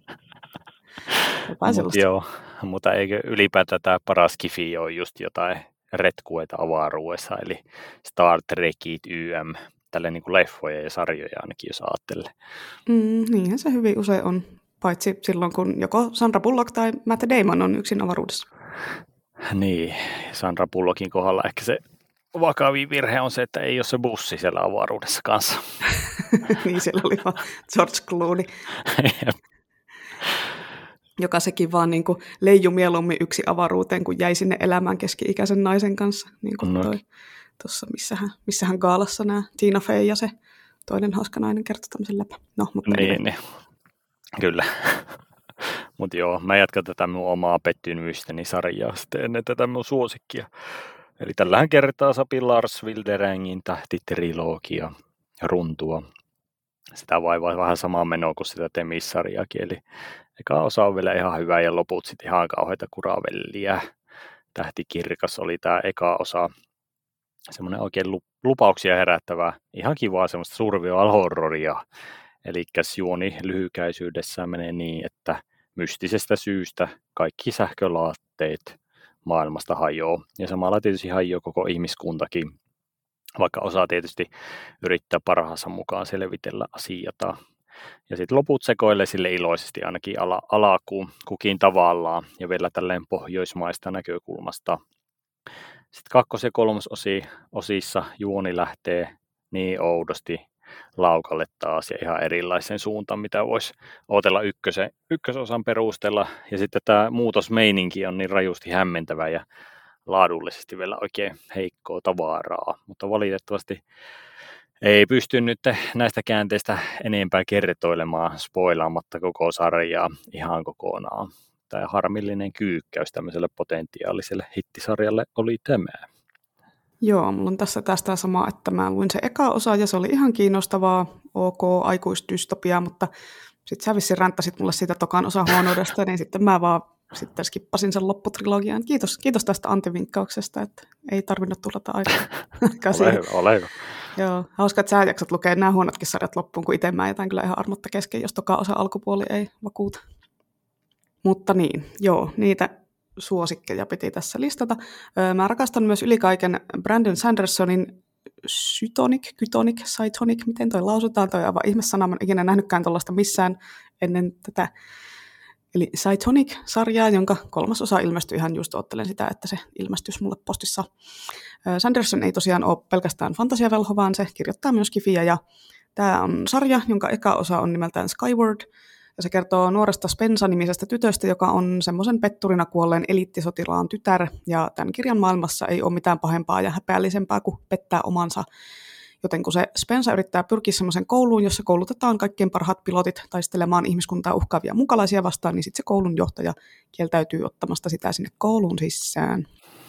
Mut joo, mutta eikö ylipäätään tämä paras Skifi ole just jotain retkueita avaruudessa, eli Star Trekit Y M, tälleen niin kuin leffoja ja sarjoja ainakin, jos ajattelee. Mm, niinhän se hyvin usein on, paitsi silloin, kun joko Sandra Bullock tai Matt Damon on yksin avaruudessa. Niin, Sandra Bullockin kohdalla ehkä se vakavin virhe on se, että ei ole se bussi siellä avaruudessa kanssa. Niin, siellä oli vaan George Clooney. Joka sekin vaan niin kuin leijui mieluummin yksi avaruuteen, kun jäi sinne elämään keski-ikäisen naisen kanssa. Niin kuin no. Tuossa, missähän, missähän gaalassa nämä Tina Fey ja se toinen hauska nainen kertoi tämmöisen läpä. No, mutta niin, niin. Kyllä. Mutta joo, mä jatkan tätä mun omaa pettymystäni sarjaa sitten ennen tätä mun suosikkia. Eli tällähän kertaa sapi Lars Wilderangin tähtitrilogia runtua. Sitä vaivaa vähän samaa menoa kuin sitä Temis-sarjaakin, eli eka osa on vielä ihan hyvä ja loput sitten ihan kauheita kuravellia. Tähtikirkas oli tämä eka osa, semmoinen oikein lupauksia herättävä, ihan kivaa semmoista survival horroria. Eli juoni lyhykäisyydessään menee niin, että mystisestä syystä kaikki sähkölaatteet maailmasta hajoaa. Ja samalla tietysti hajoaa koko ihmiskuntakin, vaikka osaa tietysti yrittää parhaansa mukaan selvitellä asiaa. Ja sitten loput sekoilee sille iloisesti ainakin ala, alakuun kukin tavallaan ja vielä tälleen pohjoismaista näkökulmasta. Sitten kakkos- ja kolmososissa juoni lähtee niin oudosti laukalle taas ja ihan erilaisen suuntaan, mitä voisi odotella ykkösen, ykkösosan perusteella. Ja sitten tämä muutosmeininki on niin rajusti hämmentävä ja laadullisesti vielä oikein heikkoa tavaraa, mutta valitettavasti ei pysty nyt näistä käänteistä enempää kertoilemaan spoilaamatta koko sarjaa ihan kokonaan. Tämä harmillinen kyykkäys tämmöiselle potentiaaliselle hittisarjalle oli tämä. Joo, mulla on tässä tästä sama, että mä luin se eka osa ja se oli ihan kiinnostavaa, ok, aikuisdystopia, mutta sitten sä vissiin ränttäsit mulle siitä tokan osan huonoudesta, niin sitten mä vaan sitten skippasin sen lopputrilogian. Kiitos, kiitos tästä antivinkkauksesta, että ei tarvinnut tulla aikaa. Ole hyvä, ole hyvä. Joo, hauska, että sä jaksat lukea nämä huonotkin sarjat loppuun, kun itse mä jätän kyllä ihan armotta kesken, jos toka osa alkupuoli ei vakuuta. Mutta niin, joo, niitä suosikkeja piti tässä listata. Mä rakastan myös yli kaiken Brandon Sandersonin Cytonic, Kytonic, Cytonic, miten toi lausutaan, toi aivan ihmessana, mä en ikinä nähnytkään tuollaista missään ennen tätä. Eli Cytonic-sarjaa, jonka kolmas osa ilmestyi ihan just, ottelen sitä, että se ilmestyisi mulle postissa. Sanderson ei tosiaan ole pelkästään fantasiavelho, vaan se kirjoittaa myös kifiä, ja tämä on sarja, jonka eka osa on nimeltään Skyward, ja se kertoo nuoresta Spensa-nimisestä tytöstä, joka on semmoisen petturina kuolleen eliittisotilaan tytär, ja tämän kirjan maailmassa ei ole mitään pahempaa ja häpeällisempää kuin pettää omansa. Joten kun se Spensa yrittää pyrkiä semmoisen kouluun, jossa koulutetaan kaikkein parhaat pilotit taistelemaan ihmiskuntaa uhkaavia mukalaisia vastaan, niin sitten se koulun johtaja kieltäytyy ottamasta sitä sinne kouluun sisään.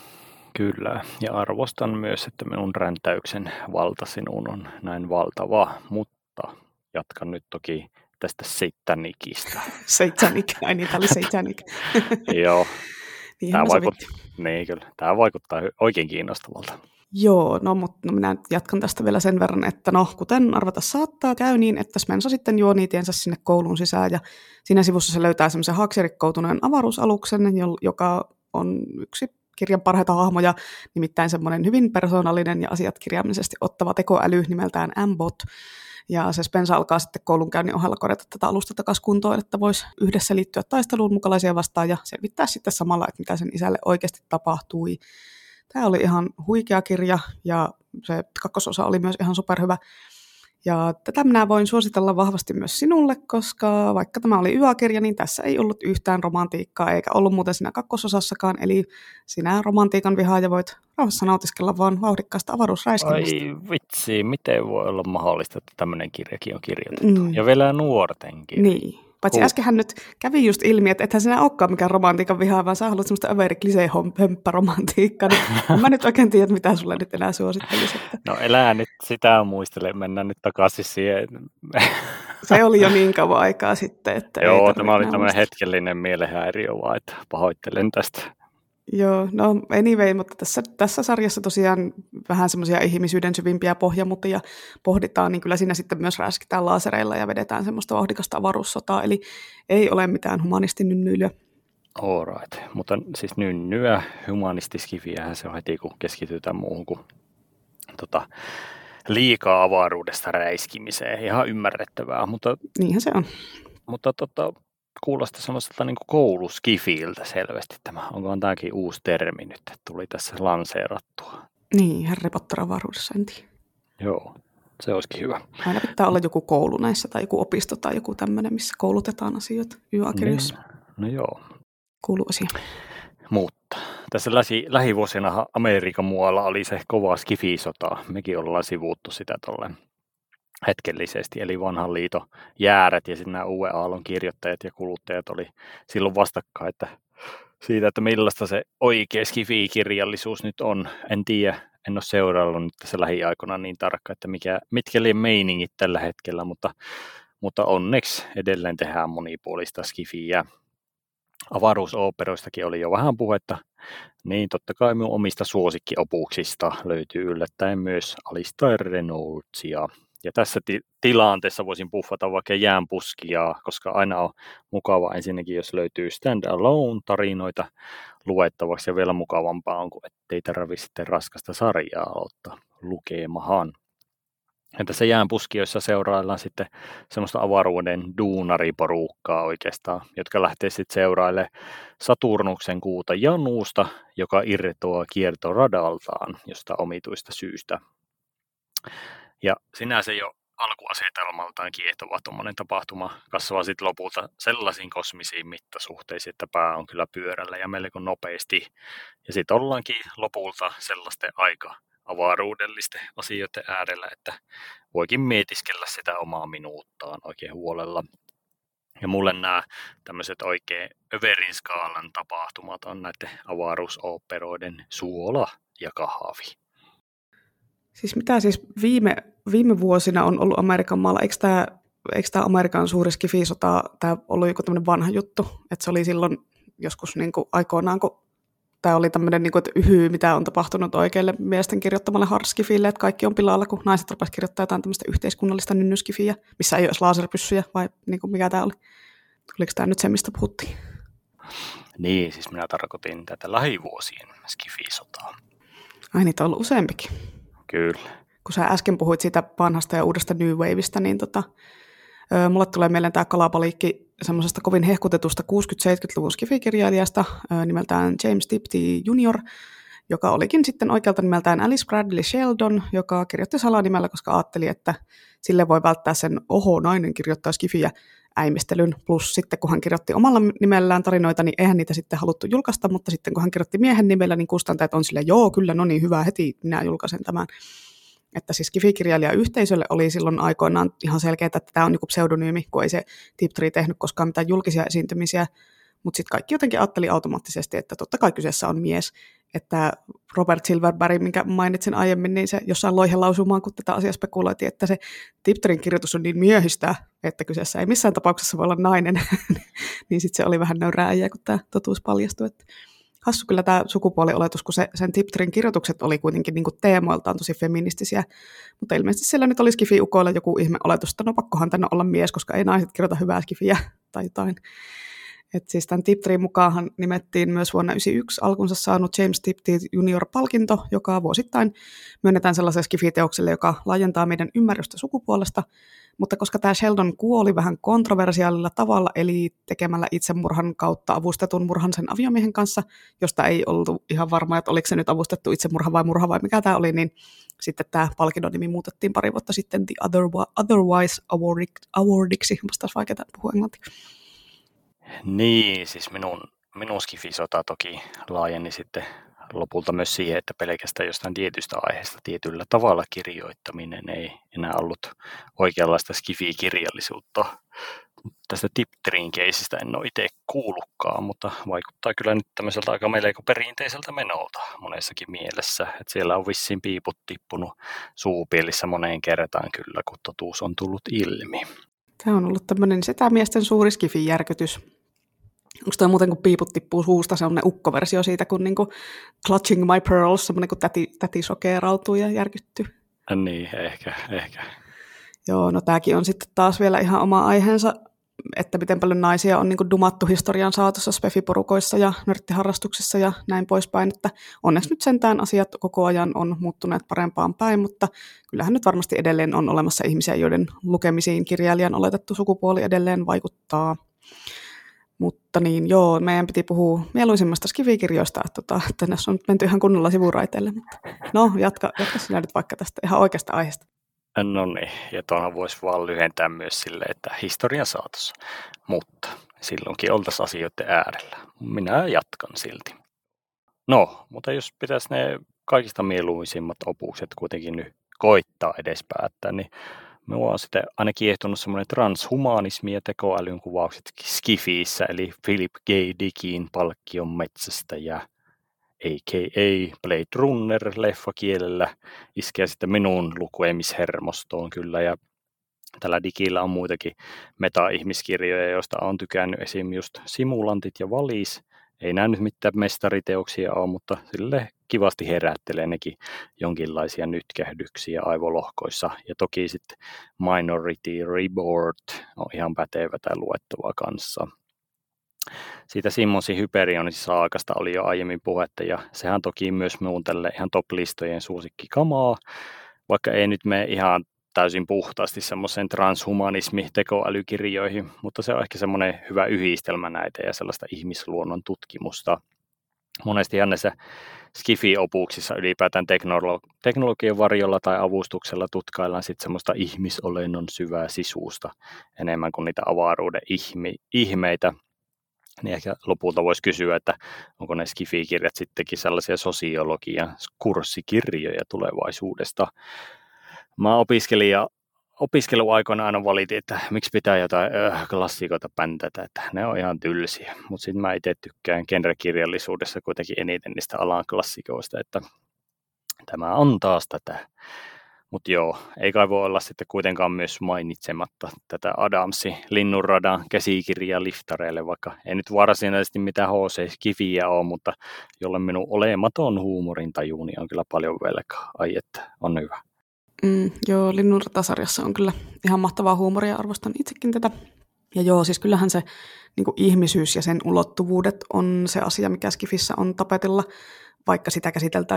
Kyllä, ja arvostan myös, että minun räntäyksen valta sinuun on näin valtava, mutta jatkan nyt toki tästä Satanicista. Satanic, ai niin, tämä oli Satanic. Joo, tämä, vaikut... niin, kyllä. tämä vaikuttaa oikein kiinnostavalta. Joo, no mutta no minä jatkan tästä vielä sen verran, että no kuten arvata saattaa, käy niin, että Spensa sitten juonii tiensä sinne kouluun sisään ja siinä sivussa se löytää semmoisen haaksirikkoutuneen avaruusaluksen, joka on yksi kirjan parhaita hahmoja, nimittäin semmoinen hyvin persoonallinen ja asiat kirjaimellisesti ottava tekoäly nimeltään M-bot. Ja se Spensa alkaa sitten koulunkäynnin ohella korjata tätä alusta takaisin kuntoon, että voisi yhdessä liittyä taisteluun mukalaisia vastaan ja selvittää sitten samalla, että mitä sen isälle oikeasti tapahtui. Tämä oli ihan huikea kirja ja se kakkososa oli myös ihan superhyvä. Ja tätä minä voin suositella vahvasti myös sinulle, koska vaikka tämä oli Y A-kirja, niin tässä ei ollut yhtään romantiikkaa, eikä ollut muuten siinä kakkososassakaan. Eli sinä romantiikan vihaaja voit rauhassa nautiskella vaan vauhdikkaasta avaruusräiskinnästä. Ai vitsi, miten voi olla mahdollista, että tämmöinen kirjakin on kirjoitettu. Mm. Ja vielä nuorten kirja. Niin. Paitsi huh. äskenhän nyt kävi just ilmi, että ethän sinä olekaan mikään romantiikan vihaa, vaan sä haluat semmoista överi klisee-hömppäromantiikkaa. Niin mä nyt oikein tiedä, mitä sulle nyt enää suosittelisi. No elää nyt sitä muistele, mennään nyt takaisin siihen. Se oli jo niin kauan aikaa sitten. Että joo, tämä oli tämmöinen hetkellinen mielenhäiriö vaan, että pahoittelen tästä. Joo, no anyway, mutta tässä, tässä sarjassa tosiaan vähän semmoisia ihmisyyden syvimpiä pohjamutia pohditaan, niin kyllä siinä sitten myös räskitään laasereilla ja vedetään semmoista vauhdikasta avaruussotaa, eli ei ole mitään humanistinynnyilyä. All right, mutta siis nynnyä, humanistiskiviähän se on heti, kun keskitytään muuhun kuin tota, liikaa avaruudesta räiskimiseen, ihan ymmärrettävää, mutta... Niinhän se on. Mutta tota... Kuulostaa semmoiselta niin kuin kouluskifiltä selvästi tämä. Onkohan tämäkin uusi termi nyt, että tuli tässä lanseerattua? Niin, Harry Potter avaruudessa, en tiedä. Joo, se olisikin hyvä. Aina pitää olla joku koulu näissä tai joku opisto tai joku tämmöinen, missä koulutetaan asioita Y A-kirjoissa. Niin, no joo. Kuuluu asia. Mutta tässä lähi, lähivuosina Amerikan muualla oli se kova skifisota. Mekin ollaan sivuuttu sitä tolleen hetkellisesti, eli vanhan liiton jäärät ja sitten nämä uuden aallon kirjoittajat ja kuluttajat oli silloin vastakkain, että siitä, että millaista se oikea skifi-kirjallisuus nyt on. En tiedä, en ole seuraillut nyt tässä lähiaikoina niin tarkkaan, että mikä, mitkä liian meiningit tällä hetkellä, mutta, mutta onneksi edelleen tehdään monipuolista skifiä. Avaruusooperoistakin oli jo vähän puhetta, niin totta kai minun omista suosikkiopuuksista löytyy yllättäen myös Alistair Reynoldsia. Ja tässä ti- tilanteessa voisin puffata vaikka jäänpuskia, koska aina on mukava ensinnäkin, jos löytyy stand-alone-tarinoita luettavaksi, ja vielä mukavampaa on, kun ettei tarvitse sitten raskasta sarjaa aloittaa lukemahan. Ja tässä jäänpuskioissa seuraillaan sitten semmoista avaruuden duunariporukkaa oikeastaan, jotka lähtee sitten seurailemaan Saturnuksen kuuta Januusta, joka irtoaa kiertoradaltaan josta omituista syystä. Ja sinänsä jo alkuasetelmaltaan kiehtova tuommoinen tapahtuma kasvaa sitten lopulta sellaisiin kosmisiin mittasuhteisiin, että pää on kyllä pyörällä ja melko nopeasti. Ja sitten ollaankin lopulta sellaisten aika avaruudellisten asioiden äärellä, että voikin mietiskellä sitä omaa minuuttaan oikein huolella. Ja mulle nämä tämmöiset oikein överin skaalan tapahtumat on näiden avaruusoperoiden suola ja kahvi. Siis mitä siis viime, viime vuosina on ollut Amerikan maalla, eikö tämä, eikö tämä Amerikan suuri skifisota, tämä ollut joku tämmöinen vanha juttu, että se oli silloin joskus niin kuin aikoinaan, kun tämä oli tämmöinen, niin kuin, että yhyy, mitä on tapahtunut oikeille miesten kirjoittamalle hardskifille, että kaikki on pilalla, kun naiset rupesivat kirjoittamaan jotain tämmöistä yhteiskunnallista nynnyskifiä, missä ei ole laserpyssyjä, vai niin kuin mikä tämä oli? Oliko tämä nyt se, mistä puhuttiin? Niin, siis minä tarkoitin tätä lähivuosien skifisotaa. Ai niitä on ollut useampikin. Kyllä. Kun sä äsken puhuit siitä vanhasta ja uudesta New Waveista, niin tota, ö, mulle tulee mieleen tämä kalabaliikki semmoisesta kovin hehkutetusta kuusikymmentä-seitsemänkymmentäluvun skifikirjailijasta ö, nimeltään James Tiptree junior, joka olikin sitten oikealta nimeltään Alice Bradley Sheldon, joka kirjoitti salanimellä, koska ajatteli, että sille voi välttää sen oho, nainen kirjoittaa skifiä äimistelyn. Plus sitten, kun hän kirjoitti omalla nimellään tarinoita, niin eihän niitä sitten haluttu julkaista, mutta sitten kun hän kirjoitti miehen nimellä, niin kustantajat on silleen, joo, kyllä, no niin, hyvä, heti minä julkaisen tämän. Että siis skifikirjailijayhteisölle oli silloin aikoinaan ihan selkeää, että tämä on joku pseudonyymi, kun ei se Tiptree tehnyt koskaan mitään julkisia esiintymisiä, mutta sitten kaikki jotenkin ajatteli automaattisesti, että totta kai kyseessä on mies, että Robert Silverberg, minkä mainitsin aiemmin, niin se jossain loihe lausumaan, kun tätä asiaa spekuloitiin, että se Tiptreein kirjoitus on niin miehistä, että kyseessä ei missään tapauksessa voi olla nainen, niin sitten se oli vähän nöyrää äijää, kun tämä totuus paljastui. Että hassu kyllä tämä sukupuolioletus, kun se, sen Tiptreein kirjoitukset oli kuitenkin niin kuin teemoiltaan tosi feministisiä, mutta ilmeisesti siellä nyt oli skifi-ukoilla joku ihme oletus, että no pakkohan tänne olla mies, koska ei naiset kirjoita hyvää skifiä tai jotain. Et siis tämän Tiptreein mukaanhan nimettiin myös vuonna yhdeksänkymmentäyksi alkunsa saanut James Tiptree junior-palkinto, joka vuosittain myönnetään sellaiselle skifiteokselle, joka laajentaa meidän ymmärrystä sukupuolesta. Mutta koska tämä Sheldon kuoli vähän kontroversiaalilla tavalla, eli tekemällä itsemurhan kautta avustetun murhan sen aviomiehen kanssa, josta ei ollut ihan varma, että oliko se nyt avustettu itsemurha vai murha vai mikä tämä oli, niin sitten tämä palkinnon nimi muutettiin pari vuotta sitten The Otherwise Awardiksi. Onpas taas vaikeaa puhua englantia. Niin, siis minun, minun skifisota toki laajeni sitten lopulta myös siihen, että pelkästään jostain tietystä aiheesta tietyllä tavalla kirjoittaminen ei enää ollut oikeanlaista skifi-kirjallisuutta. Tästä Tiptrin keisistä en ole itse kuullutkaan, mutta vaikuttaa kyllä nyt tämmöiseltä aika melko perinteiseltä menolta monessakin mielessä. Että siellä on vissiin piiput tippunut suupielissä moneen kertaan kyllä, kun totuus on tullut ilmi. Tämä on ollut tämmöinen setämiesten suuri skifin-järkytys. Onko toi muuten, kun piiput tippuu suusta, semmoinen ukkoversio siitä, kun niinku Clutching My Pearls, semmoinen kun täti, täti sokeerautuu ja järkyttyy? Niin, ehkä, ehkä. Joo, no tämäkin on sitten taas vielä ihan oma aiheensa, että miten paljon naisia on niinku dumattu historian saatossa spefiporukoissa ja nörttiharrastuksissa ja näin poispäin, että onneksi nyt sentään asiat koko ajan on muuttuneet parempaan päin, mutta kyllähän nyt varmasti edelleen on olemassa ihmisiä, joiden lukemisiin kirjailijan oletettu sukupuoli edelleen vaikuttaa. Mutta niin, joo, meidän piti puhua mieluisimmasta skifikirjoista, että, tota, että tässä on nyt menty ihan kunnolla sivuraiteille. Mutta no, jatka, jatka sinä nyt vaikka tästä ihan oikeasta aiheesta. No niin, ja tuohon voisi vaan lyhentää myös sille, että historian saatossa, mutta silloinkin oltaisiin asioiden äärellä. Minä jatkan silti. No, mutta jos pitäisi ne kaikista mieluisimmat opukset kuitenkin nyt koittaa edes päättää, niin minua on sitten aina kiehtonut semmoinen transhumanismi ja tekoälyn kuvaukset Skifiissä, eli Philip K. Dickin Palkkion metsästäjä, a k a. Blade Runner leffakielellä, iskee sitten minun lukuemishermostoon kyllä, ja tällä Dickillä on muitakin meta-ihmiskirjoja, joista on tykännyt esim. Just Simulantit ja Valis. Ei nämä nyt mitään mestariteoksia ole, mutta sille kivasti herättelee nekin jonkinlaisia nytkähdyksiä aivolohkoissa. Ja toki sitten Minority Report on ihan pätevä tai luettavaa kanssa. Siitä Simmonsin Hyperionin saakasta oli jo aiemmin puhetta, ja sehän toki myös minun tälle ihan top-listojen suosikkikamaa, vaikka ei nyt mene ihan täysin puhtaasti semmoiseen transhumanismi-tekoälykirjoihin, mutta se on ehkä semmoinen hyvä yhdistelmä näitä ja sellaista ihmisluonnon tutkimusta. Monestihan näissä Skifi-opuksissa ylipäätään teknolo- teknologian varjolla tai avustuksella tutkaillaan sitten semmoista ihmisolennon syvää sisuusta enemmän kuin niitä avaruuden ihmi- ihmeitä. Niin ehkä lopulta voisi kysyä, että onko ne Skifi-kirjat sittenkin sellaisia sosiologian kurssikirjoja tulevaisuudesta. Mä opiskelin ja opiskeluaikoina aina valitin, että miksi pitää jotain öh, klassikoita päntätä, että ne on ihan tylsiä. Mutta sitten mä itse tykkään genrekirjallisuudessa kuitenkin eniten niistä alan klassikoista, että tämä on taas tätä. Mutta joo, ei kai voi olla sitten kuitenkaan myös mainitsematta tätä Adamsin Linnunradan käsikirjaa liftareille, vaikka ei nyt varsinaisesti mitään H C-skifiä ole, mutta jolle minun olematon huumorintajuuni on kyllä paljon velkaa. Ai että, on hyvä. Mm, joo, Linnunrata-sarjassa on kyllä ihan mahtavaa huumoria, arvostan itsekin tätä. Ja joo, siis kyllähän se niin kuin ihmisyys ja sen ulottuvuudet on se asia, mikä Skifissä on tapetilla, vaikka sitä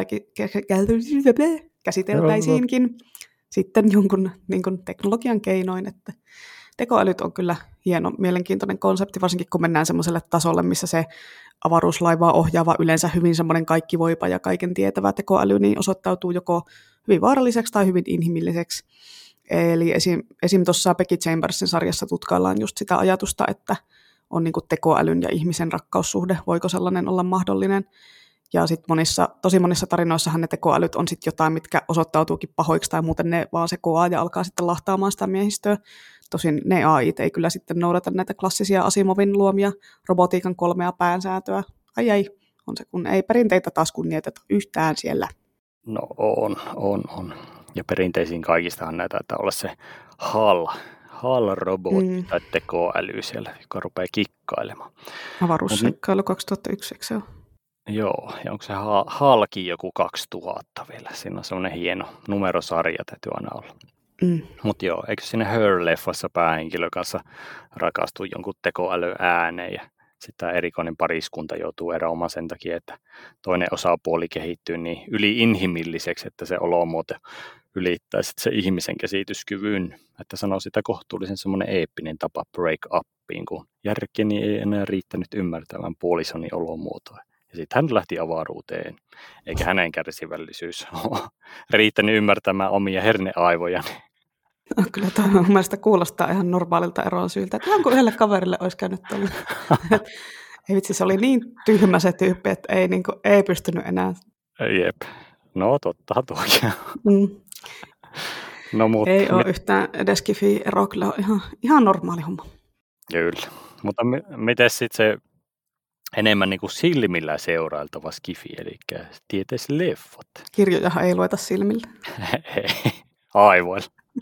käsiteltäisiinkin sitten jonkun niin kuin teknologian keinoin. Että tekoälyt on kyllä hieno, mielenkiintoinen konsepti, varsinkin kun mennään semmoiselle tasolle, missä se avaruuslaivaa ohjaava yleensä hyvin semmoinen kaikkivoipa ja kaiken tietävä tekoäly niin osoittautuu joko hyvin vaaralliseksi tai hyvin inhimilliseksi. Eli esim. esim. Tuossa Becky Chambersin sarjassa tutkaillaan just sitä ajatusta, että on niin kuin tekoälyn ja ihmisen rakkaussuhde, voiko sellainen olla mahdollinen. Ja sitten monissa, tosi monissa tarinoissahan ne tekoälyt on sitten jotain, mitkä osoittautuukin pahoiksi tai muuten ne vaan sekoaa ja alkaa sitten lahtaamaan sitä miehistöä. Tosin ne A I:t ei kyllä sitten noudata näitä klassisia Asimovin luomia robotiikan kolmea päänsääntöä. Ai ei, on se kun ei perinteitä taas kunnioiteta yhtään siellä. No on, on, on. Ja perinteisiin kaikistahan näitä taitaa olla se HAL, HAL-robotti mm. tai tekoäly siellä, joka rupeaa kikkailemaan. Avaruusseikkailu kaksituhattayksi, eikö se ole? Joo, ja onko se HALkin joku kaksituhatta vielä? Siinä on semmoinen hieno numerosarja, täytyy aina olla. Mm. Mutta joo, eikö siinä Her-leffassa päähenkilö kanssa rakastuu jonkun tekoälyn ääneen ja sitten tämä erikoinen pariskunta joutuu eroamaan sen takia, että toinen osapuoli kehittyy niin yli-inhimilliseksi, että se olomuoto ylittää sitten se ihmisen käsityskyvyn. Että sanoo sitä kohtuullisen semmoinen eeppinen tapa break upiin, kun järkeni ei enää riittänyt ymmärtämään puolisoni olomuotoa. Ja sitten hän lähti avaruuteen, eikä hänen kärsivällisyys ole riittänyt ymmärtämään omia herneaivojaan. No, kyllä tuo mun mielestä kuulostaa ihan normaalilta eroon syyltä, että ihan kuin yhdelle kaverille olisi käynyt tuolla. Ei vitsi, se oli niin tyhmä se tyyppi, että ei, niin kuin, ei pystynyt enää. Jep. No totta tuokin. Mm. No, mut, ei ole mi- yhtään edes Skifi Erokilla, ihan, ihan normaali homma. Kyllä. Mutta mi- miten sitten se enemmän niin kuin silmillä seurailtava skifi, eli tieteisleffot? Kirjojahan ei lueta silmillä. Aivan.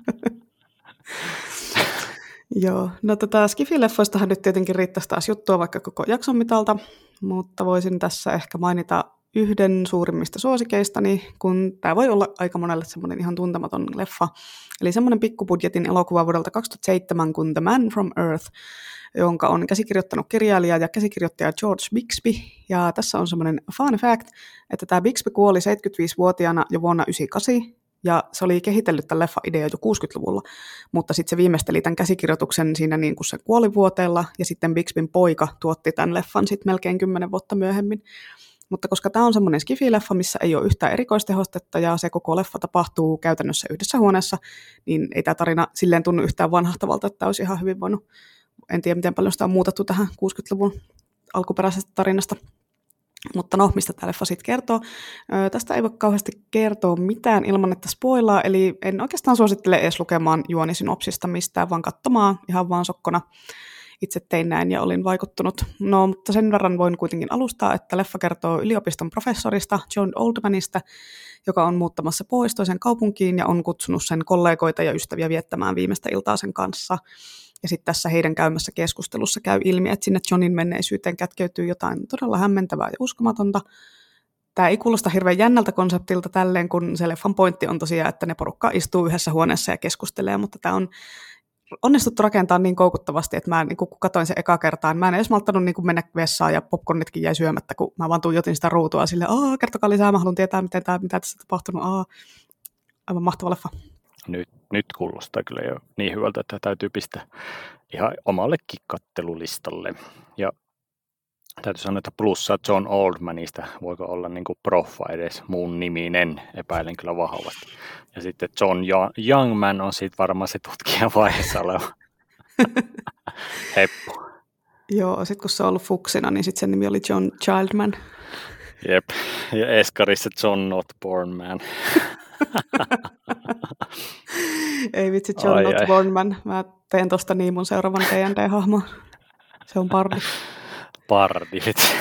Joo, no tätä Skifi-leffoistahan nyt tietenkin riittäisi taas juttua vaikka koko jakson mitalta, mutta voisin tässä ehkä mainita yhden suurimmista suosikeistani, kun tämä voi olla aika monelle semmoinen ihan tuntematon leffa. Eli semmoinen pikkubudjetin elokuva vuodelta kaksituhattaseitsemän kuin The Man from Earth, jonka on käsikirjoittanut kirjailija ja käsikirjoittaja George Bixby. Ja tässä on semmoinen fun fact, että tämä Bixby kuoli seitsemänkymmentäviisivuotiaana jo vuonna yhdeksänkymmentäkahdeksan, ja se oli kehitellyt tämän leffa-idea jo kuusikymmentäluvulla, mutta sitten se viimeisteli tämän käsikirjoituksen siinä niin kuin sen kuolivuoteella, ja sitten Bixbyn poika tuotti tämän leffan sitten melkein kymmenen vuotta myöhemmin. Mutta koska tämä on semmoinen skifi-leffa, missä ei ole yhtään erikoistehostetta, ja se koko leffa tapahtuu käytännössä yhdessä huoneessa, niin ei tämä tarina silleen tunnu yhtään vanhahtavalta, että tämä olisi ihan hyvin voinut, en tiedä miten paljon sitä on muutettu tähän kuusikymmentäluvun alkuperäisestä tarinasta. Mutta no, mistä tämä leffa sitten kertoo? Öö, tästä ei voi kauheasti kertoa mitään ilman, että spoilaa, eli en oikeastaan suosittele edes lukemaan juonisynopsista mistään, vaan katsomaan ihan vaan sokkona. Itse tein näin ja olin vaikuttunut. No, mutta sen verran voin kuitenkin alustaa, että leffa kertoo yliopiston professorista John Oldmanista, joka on muuttamassa pois toiseen kaupunkiin ja on kutsunut sen kollegoita ja ystäviä viettämään viimeistä iltaa sen kanssa. Ja sitten tässä heidän käymässä keskustelussa käy ilmi, että sinne Johnin menneisyyteen kätkeytyy jotain todella hämmentävää ja uskomatonta. Tämä ei kuulosta hirveän jännältä konseptilta tälleen, kun se leffan pointti on tosiaan, että ne porukka istuu yhdessä huoneessa ja keskustelee, mutta tämä on onnistuttu rakentaa niin koukuttavasti, että mä niin kun katsoin sen eka kertaan, mä en edes malttanut niin mennä vessaan ja popcornitkin jäi syömättä, kun mä vaan tuijotin sitä ruutua silleen, aah, kertokaa lisää, mä haluan tietää, miten tämä, mitä tässä on tapahtunut, aah, aivan mahtava leffa. Nyt, nyt kuulostaa kyllä jo niin hyvältä, että täytyy pistää ihan omallekin kattelulistalle. Ja täytyy sanoa, että plussa John Oldmanista, voiko olla niin kuin proffa edes muun niminen, epäilen kyllä vahvasti. Ja sitten John Youngman on sitten varmaan se tutkijan vaiheessa oleva heppu. Joo, sitten kun se on ollut fuksina, niin sitten sen nimi oli John Childman. Jep, ja Eskarissa John Not Born Man. Ei vitsi, John ai, Not ai. Born Man. Mä teen tosta niin mun seuraavan D and D-hahmon. Se on Bardi. Bardi, vitsi.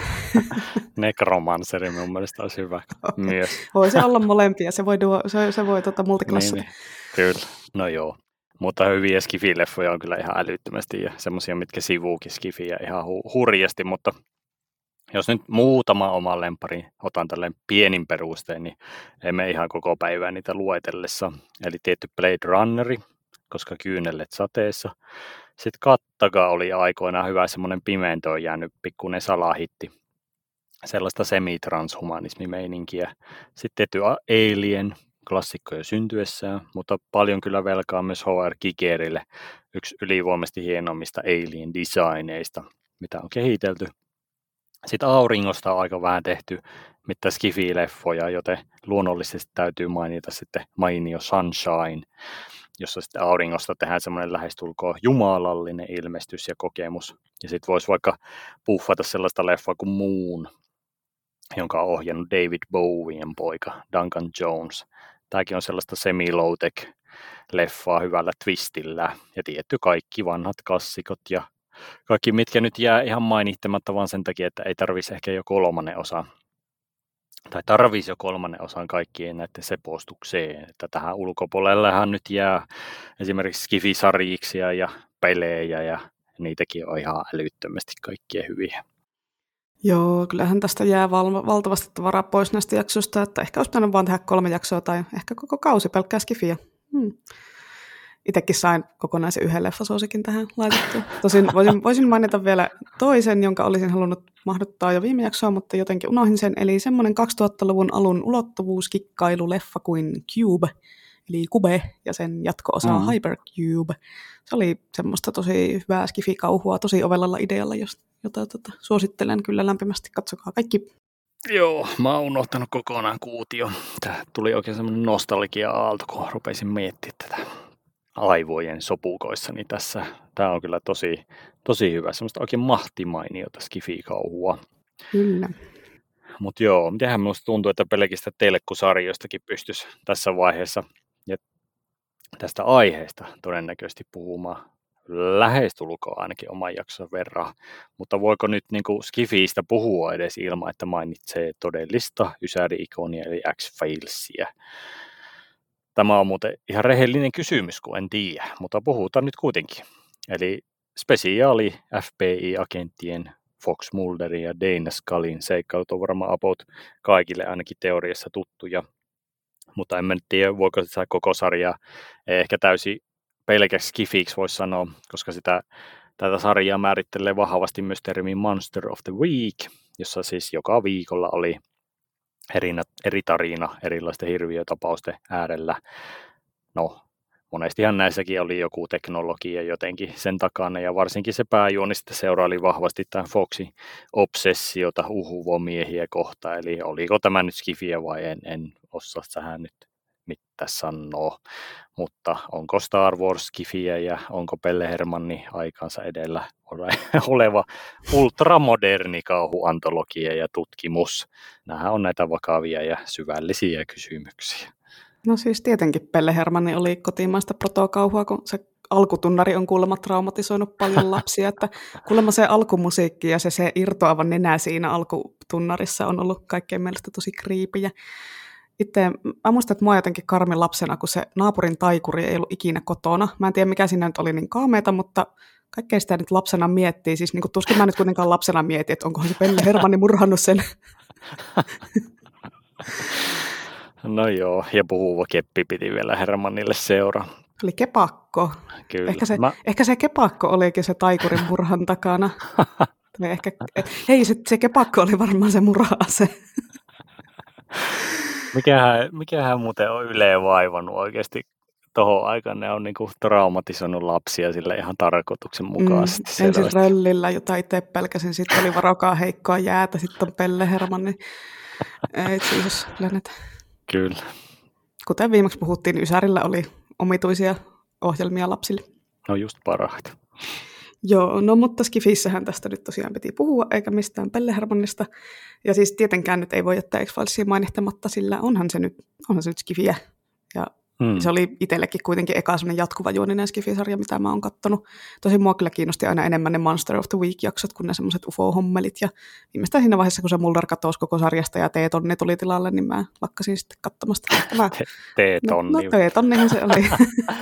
Necromanceri mun mielestä olisi hyvä okay. Myös. Voi se olla molempia, se voi, duo, se, se voi tota multiklassata. Niin, niin. Kyllä, no joo. Mutta hyviä skifileffoja on kyllä ihan älyttömästi ja semmoisia, mitkä sivuukin skifiä ihan hu- hurjasti, mutta jos nyt muutama oma lempari otan tälleen pienin perustein, niin emme ihan koko päivää niitä luetellessa. Eli tietty Blade Runneri, koska kyynellet sateessa. Sitten Kattaga oli aikoinaan hyvä semmoinen pimentoon jäänyt pikkuinen salahitti. Sellaista semi-transhumanismimeininkiä. Sitten tietty Alien, klassikko jo syntyessään, mutta paljon kyllä velkaa myös H R Gigerille, yksi ylivoimaisesti hienommista Alien designeista, mitä on kehitelty. Sitten Auringosta on aika vähän tehty mitään skifi-leffoja, joten luonnollisesti täytyy mainita sitten mainio Sunshine, jossa sitten Auringosta tehdään semmoinen lähestulkoon jumalallinen ilmestys ja kokemus. Ja sitten voisi vaikka puffata sellaista leffaa kuin Moon, jonka on ohjannut David Bowien poika Duncan Jones. Tämäkin on sellaista semi-low-tech leffaa hyvällä twistillä ja tietty kaikki vanhat klassikot ja kaikki, mitkä nyt jää ihan mainittamatta vaan sen takia, että ei tarvitsisi ehkä jo kolmannen osa, tai tarvitsisi jo kolmannen osan kaikkien näiden sepostukseen, että tähän ulkopuolellehan nyt jää esimerkiksi skifisarjiksia ja pelejä, ja niitäkin on ihan älyttömästi kaikkia hyviä. Joo, kyllähän tästä jää val- valtavasti tavaraa pois näistä jaksoista, että ehkä olisi pitänyt vaan tehdä kolme jaksoa, tai ehkä koko kausi pelkkää skifiä. Hmm. Itsekin sain kokonaisen yhden leffasuosikin tähän laitettua. Tosin voisin, voisin mainita vielä toisen, jonka olisin halunnut mahduttaa jo viime jaksoa, mutta jotenkin unohdin sen. Eli semmoinen kaksituhattaluvun alun ulottuvuuskikkailu-leffa kuin Cube, eli Cube, ja sen jatko-osa mm. Hypercube. Se oli semmoista tosi hyvää skifi-kauhua, tosi ovellalla idealla, jota tota, suosittelen kyllä lämpimästi. Katsokaa kaikki. Joo, mä oon unohtanut kokonaan kuution. Tää tuli oikein semmoinen nostalgia-aalto, kun rupesin miettimään tätä. aivojen sopukoissani tässä. Tämä on kyllä tosi, tosi hyvä, semmoista oikein mahtimainiota skifi-kauhua. Kyllä. Mutta joo, mitenhän minusta tuntuu, että pelkistä telkkusarjoistakin pystyisi tässä vaiheessa ja tästä aiheesta todennäköisesti puhumaan lähestulkoon ainakin oman jakson verran. Mutta voiko nyt niin kuin Skifiistä puhua edes ilman, että mainitsee todellista ysäri-ikonia eli X-Filesia? Tämä on muuten ihan rehellinen kysymys, kun en tiedä, mutta puhutaan nyt kuitenkin. Eli spesiaali F B I-agenttien Fox Mulderin ja Dana Scullyn seikkailut on varmaan about kaikille ainakin teoriassa tuttuja. Mutta en mä tiedä, voiko sitä koko sarjaa ehkä täysin pelkäksi skifiksi voisi sanoa, koska sitä, tätä sarjaa määrittelee vahvasti myös termi Monster of the Week, jossa siis joka viikolla oli eri, eri tarina erilaisten hirviötapausten äärellä. No, monestihan näissäkin oli joku teknologia jotenkin sen takana, ja varsinkin se pääjuoni sitten seuraili vahvasti tämän Foxin obsessiota uhuvomiehiä kohtaan, eli oliko tämä nyt skifiä vai en, en osaa tähän nyt mitä sanoo, mutta onko Star Wars skifiä ja onko Pelle Hermanni aikansa edellä oleva ultramoderni kauhuantologia ja tutkimus. Nämä on näitä vakavia ja syvällisiä kysymyksiä. No siis tietenkin Pelle Hermanni oli kotimaista protokauhua, kun se alkutunnari on kuulemma traumatisoinut paljon lapsia, että kuulemma se alkumusiikki ja se, se irtoava nenä siinä alkutunnarissa on ollut kaikkien mielestä tosi kriipiä. Itse, mä muistan, että mua jotenkin karmi lapsena, kun se naapurin taikuri ei ollut ikinä kotona. Mä en tiedä, mikä siinä nyt oli niin kaameeta, mutta kaikkea sitä nyt lapsena miettii. Siis niin kuin, tuskin mä nyt kuitenkaan lapsena mietin, että onkohan se Pelle Hermanni murhannut sen. No joo, ja puhuva keppi piti vielä Hermannille seuraa. Oli kepakko. Kyllä. Ehkä se, mä... ehkä se kepakko olikin se taikurin murhan takana. ehkä, hei, se, se kepakko oli varmaan se murha-ase. Mikähän, mikähän muuten on Yle vaivannut oikeasti tohon aikaan. Ne on niinku traumatisoinut lapsia sille ihan tarkoituksenmukaisesti. Mm, ensin röllillä, jota itse pelkäsin. Sitten oli varokaa heikkoa jäätä. Sitten on Pelle Hermanni. Ei siis lennetä. Kyllä. Kuten viimeksi puhuttiin, Ysärillä oli omituisia ohjelmia lapsille. No just parhaita. Joo, no mutta Skifissähän tästä nyt tosiaan piti puhua, eikä mistään Pelle Hermannista. Ja siis tietenkään nyt ei voi jättää X-Filesia mainittamatta, sillä onhan se nyt, onhan se nyt Skifiä. Ja hmm. se oli itsellekin kuitenkin eka sellainen jatkuva juoninen Skifi-sarja, mitä mä oon kattonut. Tosin mua kyllä kiinnosti aina enemmän ne Monster of the Week-jaksot kuin ne semmoiset U F O-hommelit. Ja viimeistään siinä vaiheessa, kun se Mulder katosi koko sarjasta ja T-tonni tuli tilalle, niin mä lakkasin sitten katsomasta. Mä... T-tonni. No, no T-tonnihan se oli.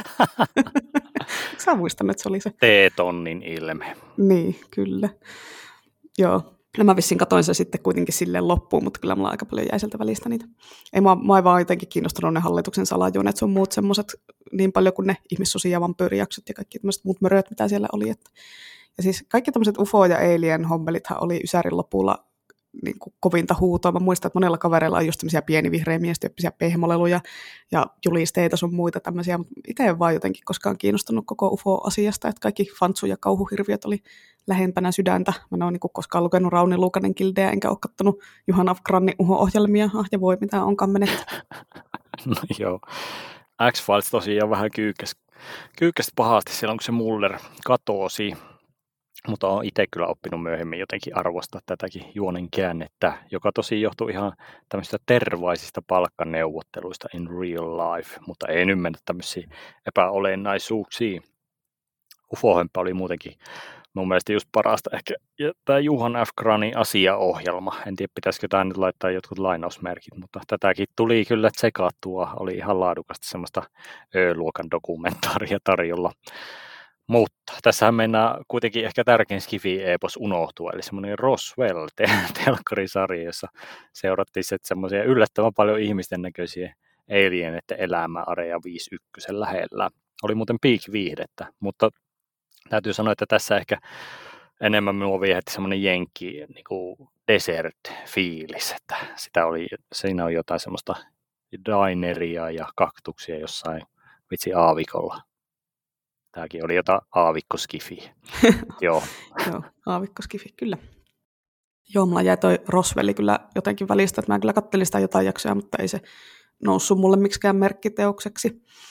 Sä muistan, että se oli se. T-tonnin ilme. Niin, kyllä. Joo. No mä vissiin katoin sen sitten kuitenkin silleen loppuun, mutta kyllä mulla aika paljon jäi sieltä välistä niitä. Ei mua, mua ei vaan jotenkin kiinnostunut ne hallituksen salajuonet, sun muut semmoiset niin paljon kuin ne ihmissusi- ja vampyyrijaksot ja kaikki tämmöiset muut möröt, mitä siellä oli. Että. Ja siis kaikki tämmöiset U F O- ja Alien-hommelithan oli Ysärin lopulla niin kuin kovinta huutoa. Mä muistan, että monella kavereilla on just tämmöisiä pieni vihreä miestyyppisiä pehmoleluja ja julisteita sun muita tämmöisiä, mutta itse en vaan jotenkin koskaan kiinnostunut koko U F O-asiasta, että kaikki fantsu- ja kauhuhirviöt oli lähempänä sydäntä. Mä en ole niin kuin koskaan lukenut Rauni Luukanen kildeä, enkä ole kattonut Juhan Afgrannin U H O-ohjelmia. Ah, ja voi, mitä onkaan menetty. No joo. X-Files tosiaan vähän kyykkäs, kyykkäs pahasti silloin, kun se Mulder katosi. Mutta olen itse kyllä oppinut myöhemmin jotenkin arvostaa tätäkin juonen käännettä, joka tosi johtuu ihan tämmöisistä tervaisista palkkaneuvotteluista in real life, mutta ei nyt mennä tämmöisiin epäolennaisuuksiin. U F O-hömppä oli muutenkin mun mielestä just parasta ehkä tämä Juhan F. Granin asiaohjelma. En tiedä, pitäisikö tämä nyt laittaa jotkut lainausmerkit, mutta tätäkin tuli kyllä tsekattua. Oli ihan laadukasta semmoista Ö-luokan dokumentaaria tarjolla. Mutta tässähän mennään kuitenkin ehkä tärkein skifi-epos unohtua, eli semmoinen Roswell-telkkarisarja, jossa seurattiin semmoisia yllättävän paljon ihmisten näköisiä alieneiden elämää Area viisikymmentäyksi lähellä. Oli muuten peak-viihdettä, mutta täytyy sanoa, että tässä ehkä enemmän minua viehätti semmoinen jenkki niin kuin desert-fiilis, että sitä oli, siinä on jotain semmoista dineria ja kaktuksia jossain vitsi aavikolla. Tämäkin oli jotain aavikkoskifiä. Joo. Joo, aavikkoskifi, kyllä. Joo, mulla jäi toi Roswelli kyllä jotenkin välistä, että mä kyllä kattelin sitä jotain jaksoja, mutta ei se noussut mulle miksikään merkkiteokseksi.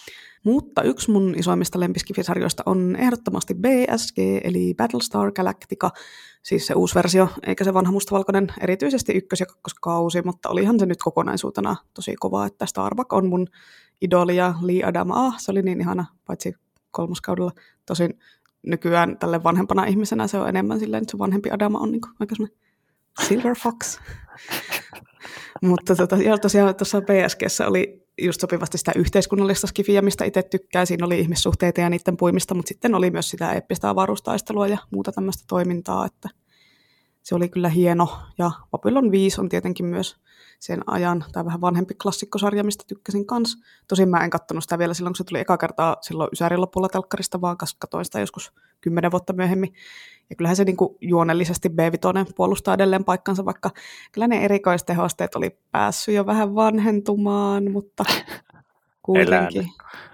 Mutta yksi mun isoimmista lempiskifisarjoista on ehdottomasti B S G, eli Battlestar Galactica, siis se uusi versio, eikä se vanha mustavalkoinen, erityisesti ykkös- ja kakkoskausi, mutta olihan se nyt kokonaisuutena tosi kova, että Starbuck on mun idoli ja Lee Adam, ah, se oli niin ihana, paitsi kolmoskaudella. Tosin nykyään tälle vanhempana ihmisenä se on enemmän silleen, että se vanhempi Adama on niin kuin aika semmoinen Silver Fox. Mutta tota, ja tosiaan tuossa B S G:ssä oli just sopivasti sitä yhteiskunnallista skifiä, mistä itse tykkää. Siinä oli ihmissuhteita ja niiden puimista, mutta sitten oli myös sitä eeppistä avaruustaistelua ja muuta tämmöistä toimintaa, että se oli kyllä hieno. Ja Babylon viisi on tietenkin myös sen ajan, tai vähän vanhempi klassikkosarja, mistä tykkäsin kanssa. Tosin mä en katsonut sitä vielä silloin, kun se tuli eka kertaa silloin Ysärin lopulla telkkarista, vaan katsoin sitä joskus kymmenen vuotta myöhemmin. Ja kyllähän se niin kuin juonellisesti B viisi puolustaa edelleen paikkansa, vaikka kyllä ne erikoistehosteet oli päässyt jo vähän vanhentumaan, mutta kuitenkin.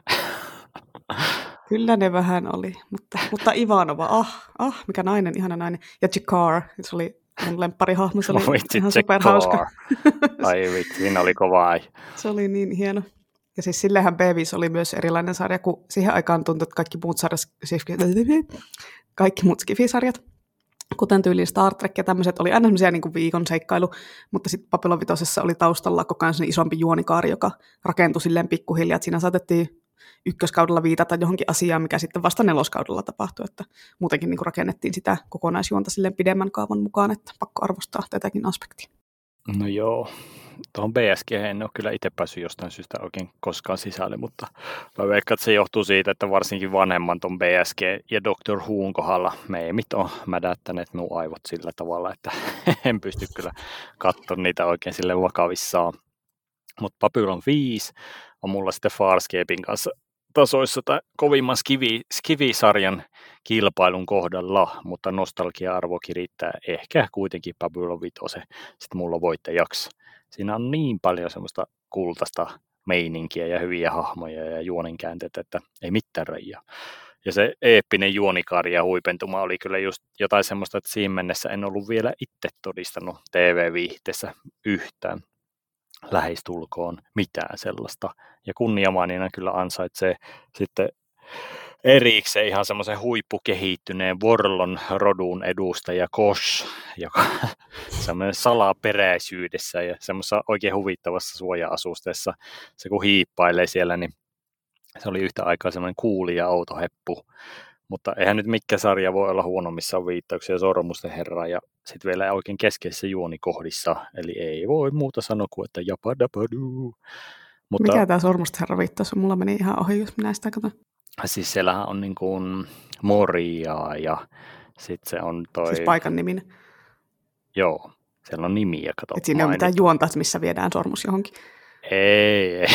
Kyllä ne vähän oli, mutta, mutta Ivanova, ah, ah, mikä nainen, ihana nainen. Ja Jakar, se oli mun lempparihahmo, se oli Vitsi, ihan superhauska. Ai vitsi, siinä oli kovaa. Se oli niin hieno. Ja siis sillehän B viisi oli myös erilainen sarja, kun siihen aikaan tuntui, että kaikki muut, sarjat, kaikki muut skifisarjat, kuten tyyliin Star Trek ja tämmöiset, oli aina semmoisia niin kuin viikon seikkailu, mutta sitten Babylon vitosessa oli taustalla koko ajan isompi juonikaari, joka rakentui silleen pikkuhiljaa, että siinä saatettiin ykköskaudella viitata johonkin asiaan, mikä sitten vasta neloskaudella tapahtui, että muutenkin niin kuin rakennettiin sitä kokonaisjuonta silleen pidemmän kaavan mukaan, että pakko arvostaa tätäkin aspektia. No joo, tuohon B S G en ole kyllä itse päässyt jostain syystä oikein koskaan sisälle, mutta mä veikkaan, että se johtuu siitä, että varsinkin vanhemman tuon B S G ja Doctor Whon kohdalla meemit on mädättäneet minun aivot sillä tavalla, että en pysty kyllä katsomaan niitä oikein sille vakavissaan. Mutta Babylon viisi on mulla sitten Farscapein kanssa tasoissa tai kovimman skivi, skivi-sarjan kilpailun kohdalla, mutta nostalgia-arvo kirittää ehkä kuitenkin Babylon viisi sitten mulla voittajaksi. Siinä on niin paljon semmoista kultaista meininkiä ja hyviä hahmoja ja juonenkäänteitä, että ei mitään rajaa. Ja se eeppinen juonikaari ja huipentuma oli kyllä just jotain semmoista, että siinä mennessä en ollut vielä itse todistanut T V-viihteessä yhtään lähestulkoon mitään sellaista. Ja kunniamainina kyllä ansaitsee sitten erikseen ihan semmoisen huippukehittyneen Vorlon rodun edustaja Kosh, joka semmoinen salaperäisyydessä ja semmoisessa oikein huvittavassa suoja-asusteessa, se kun hiippailee siellä, niin se oli yhtä aikaa semmoinen kuuli ja outo heppu. Mutta eihän nyt mikä sarja voi olla huono, missä on viittauksia Sormusten herra ja sitten vielä oikein keskeisissä juonikohdissa. Eli ei voi muuta sanoa kuin, että japadapadu. Mutta mikä tämä Sormusten herra viittaus on? Mulla meni ihan ohi, jos minä sitä katson. Siis siellähän on niin kuin Moriaa ja sitten se on toi... Siis paikan nimin. Joo, siellä on nimiä, kato. Että siinä ei ole mitään juonta, missä viedään sormus johonkin. Ei, ei.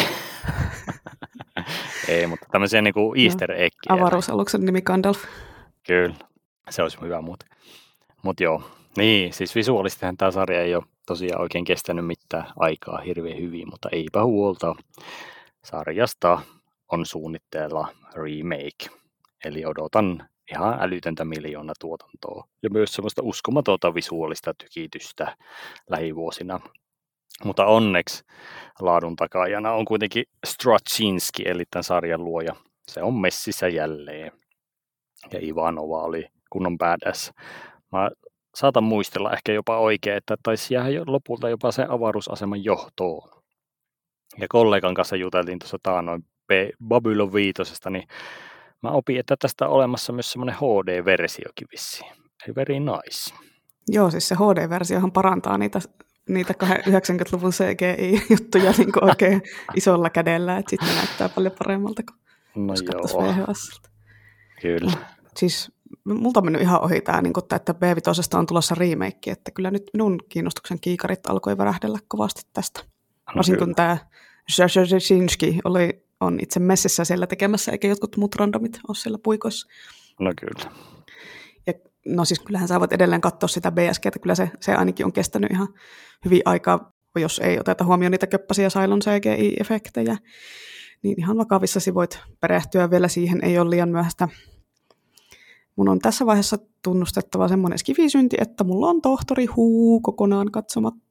Ei, mutta tämmöisiä niin kuin easter eggiä. Avaruusaluksen nimi Gandalf. Kyllä, se olisi hyvä muuten. Mutta joo, niin, siis visuaalistihan tämä sarja ei ole tosiaan oikein kestänyt mitään aikaa hirveän hyvin, mutta eipä huolta. Sarjasta on suunnitteilla remake, eli odotan ihan älytöntä miljoona tuotantoa ja myös semmoista uskomatonta visuaalista tykitystä lähivuosina. Mutta onneksi laadun takaajana on kuitenkin Straczynski, eli tämän sarjan luoja. Se on messissä jälleen. Ja Ivanova oli kunnon badass. Mä saatan muistella ehkä jopa oikein, että taisi jäädä lopulta jopa sen avaruusaseman johtoon. Ja kollegan kanssa juteltiin tuossa taannoin Babylon viitosesta, niin mä opin, että tästä on olemassa myös semmoinen H D-versiokin vissiin. Very nice. Joo, siis se H D-versiohan parantaa niitä, niitä yhdeksänkymmentäluvun C G I-juttuja niin kuin oikein isolla kädellä, että sitten näyttää paljon paremmalta kuin no jos katsoisi V H S:ltä. Kyllä. No, siis multa on mennyt ihan ohi tämä, niin että B viisi on tulossa remake, että kyllä nyt minun kiinnostuksen kiikarit alkoi värähdellä kovasti tästä. No, varsin kun tämä Straczynski oli, on itse messissä siellä tekemässä, eikä jotkut muut randomit ole siellä puikoissa. No kyllä. Ja, no siis kyllähän sä voit edelleen katsoa sitä B S G, että kyllä se, se ainakin on kestänyt ihan hyvin aikaa, jos ei oteta huomioon niitä köppäisiä Cylon C G I-efektejä. Niin ihan vakavissasi voit perehtyä vielä siihen, ei ole liian myöhäistä. Mun on tässä vaiheessa tunnustettava semmoinen skifisynti, että mulla on tohtori Who kokonaan katsomatta.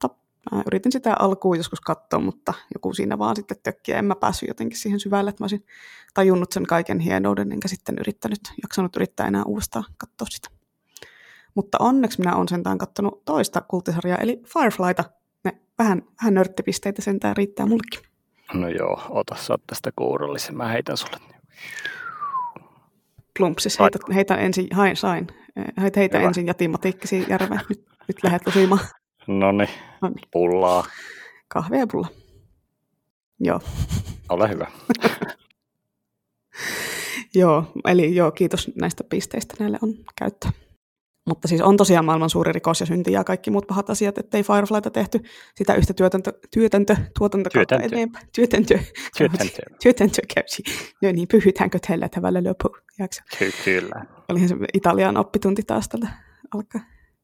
Mä yritin sitä alkuun joskus katsoa, mutta joku siinä vaan sitten tökki, ja en mä päässyt jotenkin siihen syvälle, että mä olisin tajunnut sen kaiken hienouden, enkä sitten yrittänyt, jaksanut yrittää enää uudestaan katsoa sitä. Mutta onneksi minä olen sentään katsonut toista kulttisarjaa, eli Fireflyta. Ne vähän, vähän nörttipisteitä sentään riittää mullekin. No joo, ota sä oot tästä kuurollisen, mä heitän sulle. Plumpsis, heitä, heitän ensin, hain, sain. Heitä, heitä ensin jätimatiikkisiin järveen, nyt, nyt lähdet lusimaan. Noniin, pullaa. Kahvia ja pulla. Joo. Ole hyvä. Joo, eli joo, kiitos näistä pisteistä, näille on käyttöä. Mutta siis on tosiaan maailman suuri rikos ja synti ja kaikki muut pahat asiat, ettei Fireflyta tehty sitä yhtä työtäntö, työtäntö, tuotantokautta eteenpäin. Työtäntö. Työtäntö. Työtäntö käysi. No niin, pyhytäänkö tällä tavalla lopu? Ky- kyllä. Olihan se Italian oppitunti taas tällä alkaa.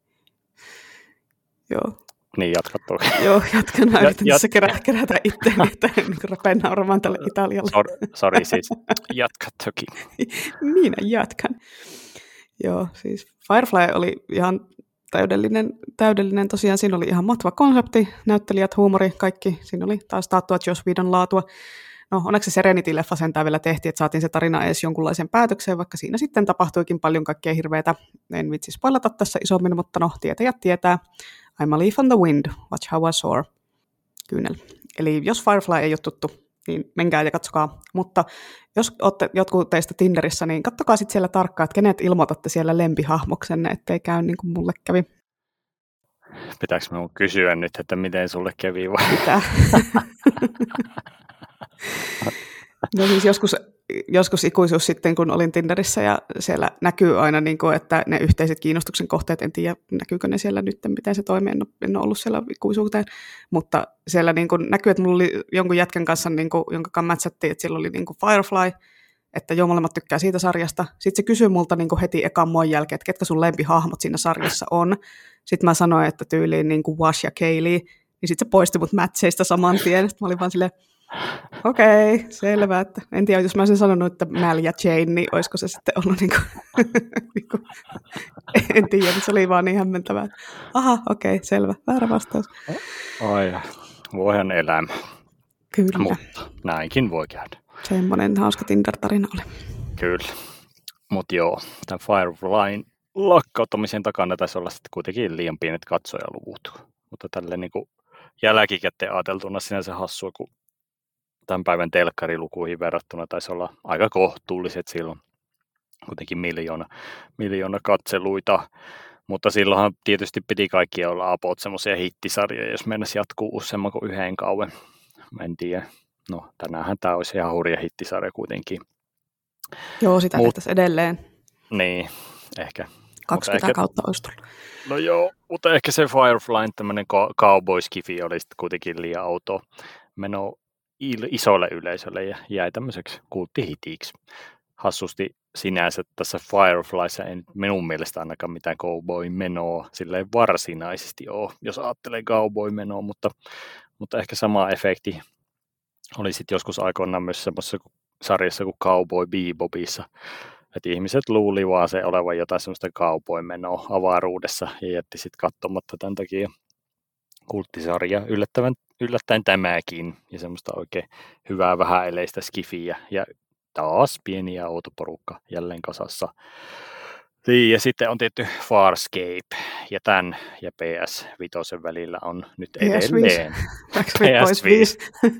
Joo. Niin, jatka toki. Joo, jatkan. Mä yritän tässä kerä, kerätä itseäni, että niin rupean nauramaan tälle Italialle. Sori, sorry, siis jatka toki. Minä jatkan. Joo, siis Firefly oli ihan täydellinen, täydellinen. Tosiaan siinä oli ihan mahtava konsepti, näyttelijät, huumori, kaikki. Siinä oli taas taattua Joss Whedon laatua. No onneksi se Serenity-leffa sentään vielä tehtiin, että saatiin se tarina edes jonkunlaisen päätökseen, vaikka siinä sitten tapahtuikin paljon kaikkea hirveätä. En vitsi spoilata tässä isommin, mutta no, tietäjät tietää. I'm a leaf on the wind, watch how I soar. Kyynel. Eli jos Firefly ei ole tuttu, niin menkää ja katsokaa. Mutta jos olette jotkut teistä Tinderissä, niin katsokaa sitten siellä tarkkaan, että kenet ilmoitatte siellä lempihahmoksenne, ettei käy niin kuin mulle kävi. Pitääkö minun kysyä nyt, että miten sulle kävi vai? Pitää. No siis joskus, joskus ikuisuus sitten, kun olin Tinderissä ja siellä näkyy aina, niin kuin, että ne yhteiset kiinnostuksen kohteet, en tiedä näkyykö ne siellä nyt, miten se toimii, en ole, en ole ollut siellä ikuisuuteen, mutta siellä niin kuin näkyy, että mulla oli jonkun jätkän kanssa, niin kuin, jonka kanssa matchattiin, että sillä oli niin kuin Firefly, että jo molemmat tykkää siitä sarjasta. Sitten se kysyi multa niin kuin heti ekan moin jälkeen, että ketkä sun lempihahmot siinä sarjassa on. Sitten mä sanoin, että tyyliin niin kuin Wash ja Kaylee, niin sitten se poisti mut matcheista saman tien. Sitten mä olin vaan silleen, okei, okay, selvä. Että en tiedä, jos mä olisin sanonut, että Mal ja Jane, niin olisiko se sitten ollut niin kuin, niin kuin en tiedä, se oli vaan niin hämmentävää. Aha, okei, okay, selvä, väärä vastaus. Ai, voihan elämä. Kyllä. Mutta näinkin voi käydä. Semmoinen hauska Tinder-tarina oli. Kyllä. Mutta joo, tämän Fireflyn lakkauttamisen takana taisi olla sitten kuitenkin liian pienet katsojaluvut. Mutta tälleen niin kuin jälkikäteen ajateltuna sinänsä hassua, kun tämän päivän telkkarilukuihin verrattuna taisi olla aika kohtuulliset silloin. Kuitenkin miljoona, miljoona katseluita. Mutta silloinhan tietysti piti kaikkia olla apot semmoisia hittisarjoja, jos mennessä jatkuu useamman kuin yhden kauan. Mä en tiedä. No, tänäänhän tämä olisi ihan hurja hittisarja kuitenkin. Joo, sitä Mut, tehtäisiin edelleen. Niin, ehkä. kaksikymmentä ehkä, kautta olisi tullut. No joo, mutta ehkä se Firefly, tämmöinen cowboy-skifi oli sitten kuitenkin liian auto meno isolle yleisölle ja jäi tämmöiseksi kulttihitiksi. Hassusti sinänsä tässä Fireflyssa ei minun mielestä ainakaan mitään cowboy-menoa silleen varsinaisesti ole, jos ajattelee cowboy-menoa, mutta, mutta ehkä sama efekti oli sitten joskus aikoinaan myös semmoisessa sarjassa kuin Cowboy Bebopissa, että ihmiset luuli vaan se olevan jotain semmoista cowboy-menoa avaruudessa ja jätti sitten katsomatta tämän takia kulttisarja. Yllättävän, yllättäen tämäkin ja semmoista oikein hyvää vähäeleistä skifiä ja taas pieni ja outo porukka jälleen kasassa. Ja sitten on tietty Farscape ja tämän ja P S viisi välillä on nyt edelleen. P S viisi.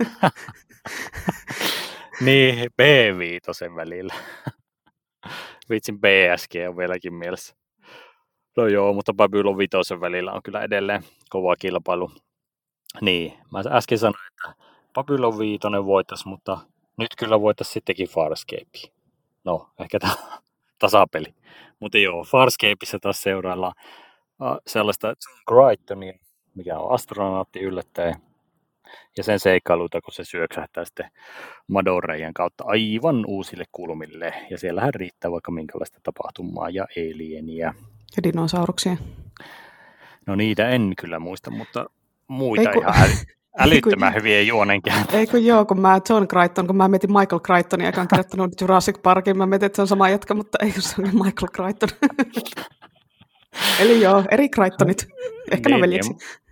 Niin, B viisi välillä. Vitsin B S G on vieläkin mielessä. No joo, mutta Babylon viisi välillä on kyllä edelleen kova kilpailu. Niin, mä äsken sanoin, että Babylon viisi voitaisiin, mutta nyt kyllä voitaisiin sittenkin Farscape. No, ehkä tämä tasapeli. Mutta joo, Farscapeissa taas seuraillaan sellaista John Crichtonia, mikä on astronautti yllättäen. Ja sen seikkailuita, kun se syöksähtää sitten Madon-reiän kautta aivan uusille kulmille. Ja siellähän riittää vaikka minkälaista tapahtumaa ja alienia. Ja dinosauruksia. No niitä en kyllä muista, mutta muita kun, ihan äly, älyttömän hyviä juonenkääntöjä. Ei kun joo, kun mä John Crichton, kun mä mietin Michael Crichtonia, joka on kirjoittanut Jurassic Parkin, mä mietin, että se on sama jatka, mutta ei kun se on Michael Crichton. Eli joo, eri Crichtonit. Ehkä niin, ne veljeksi.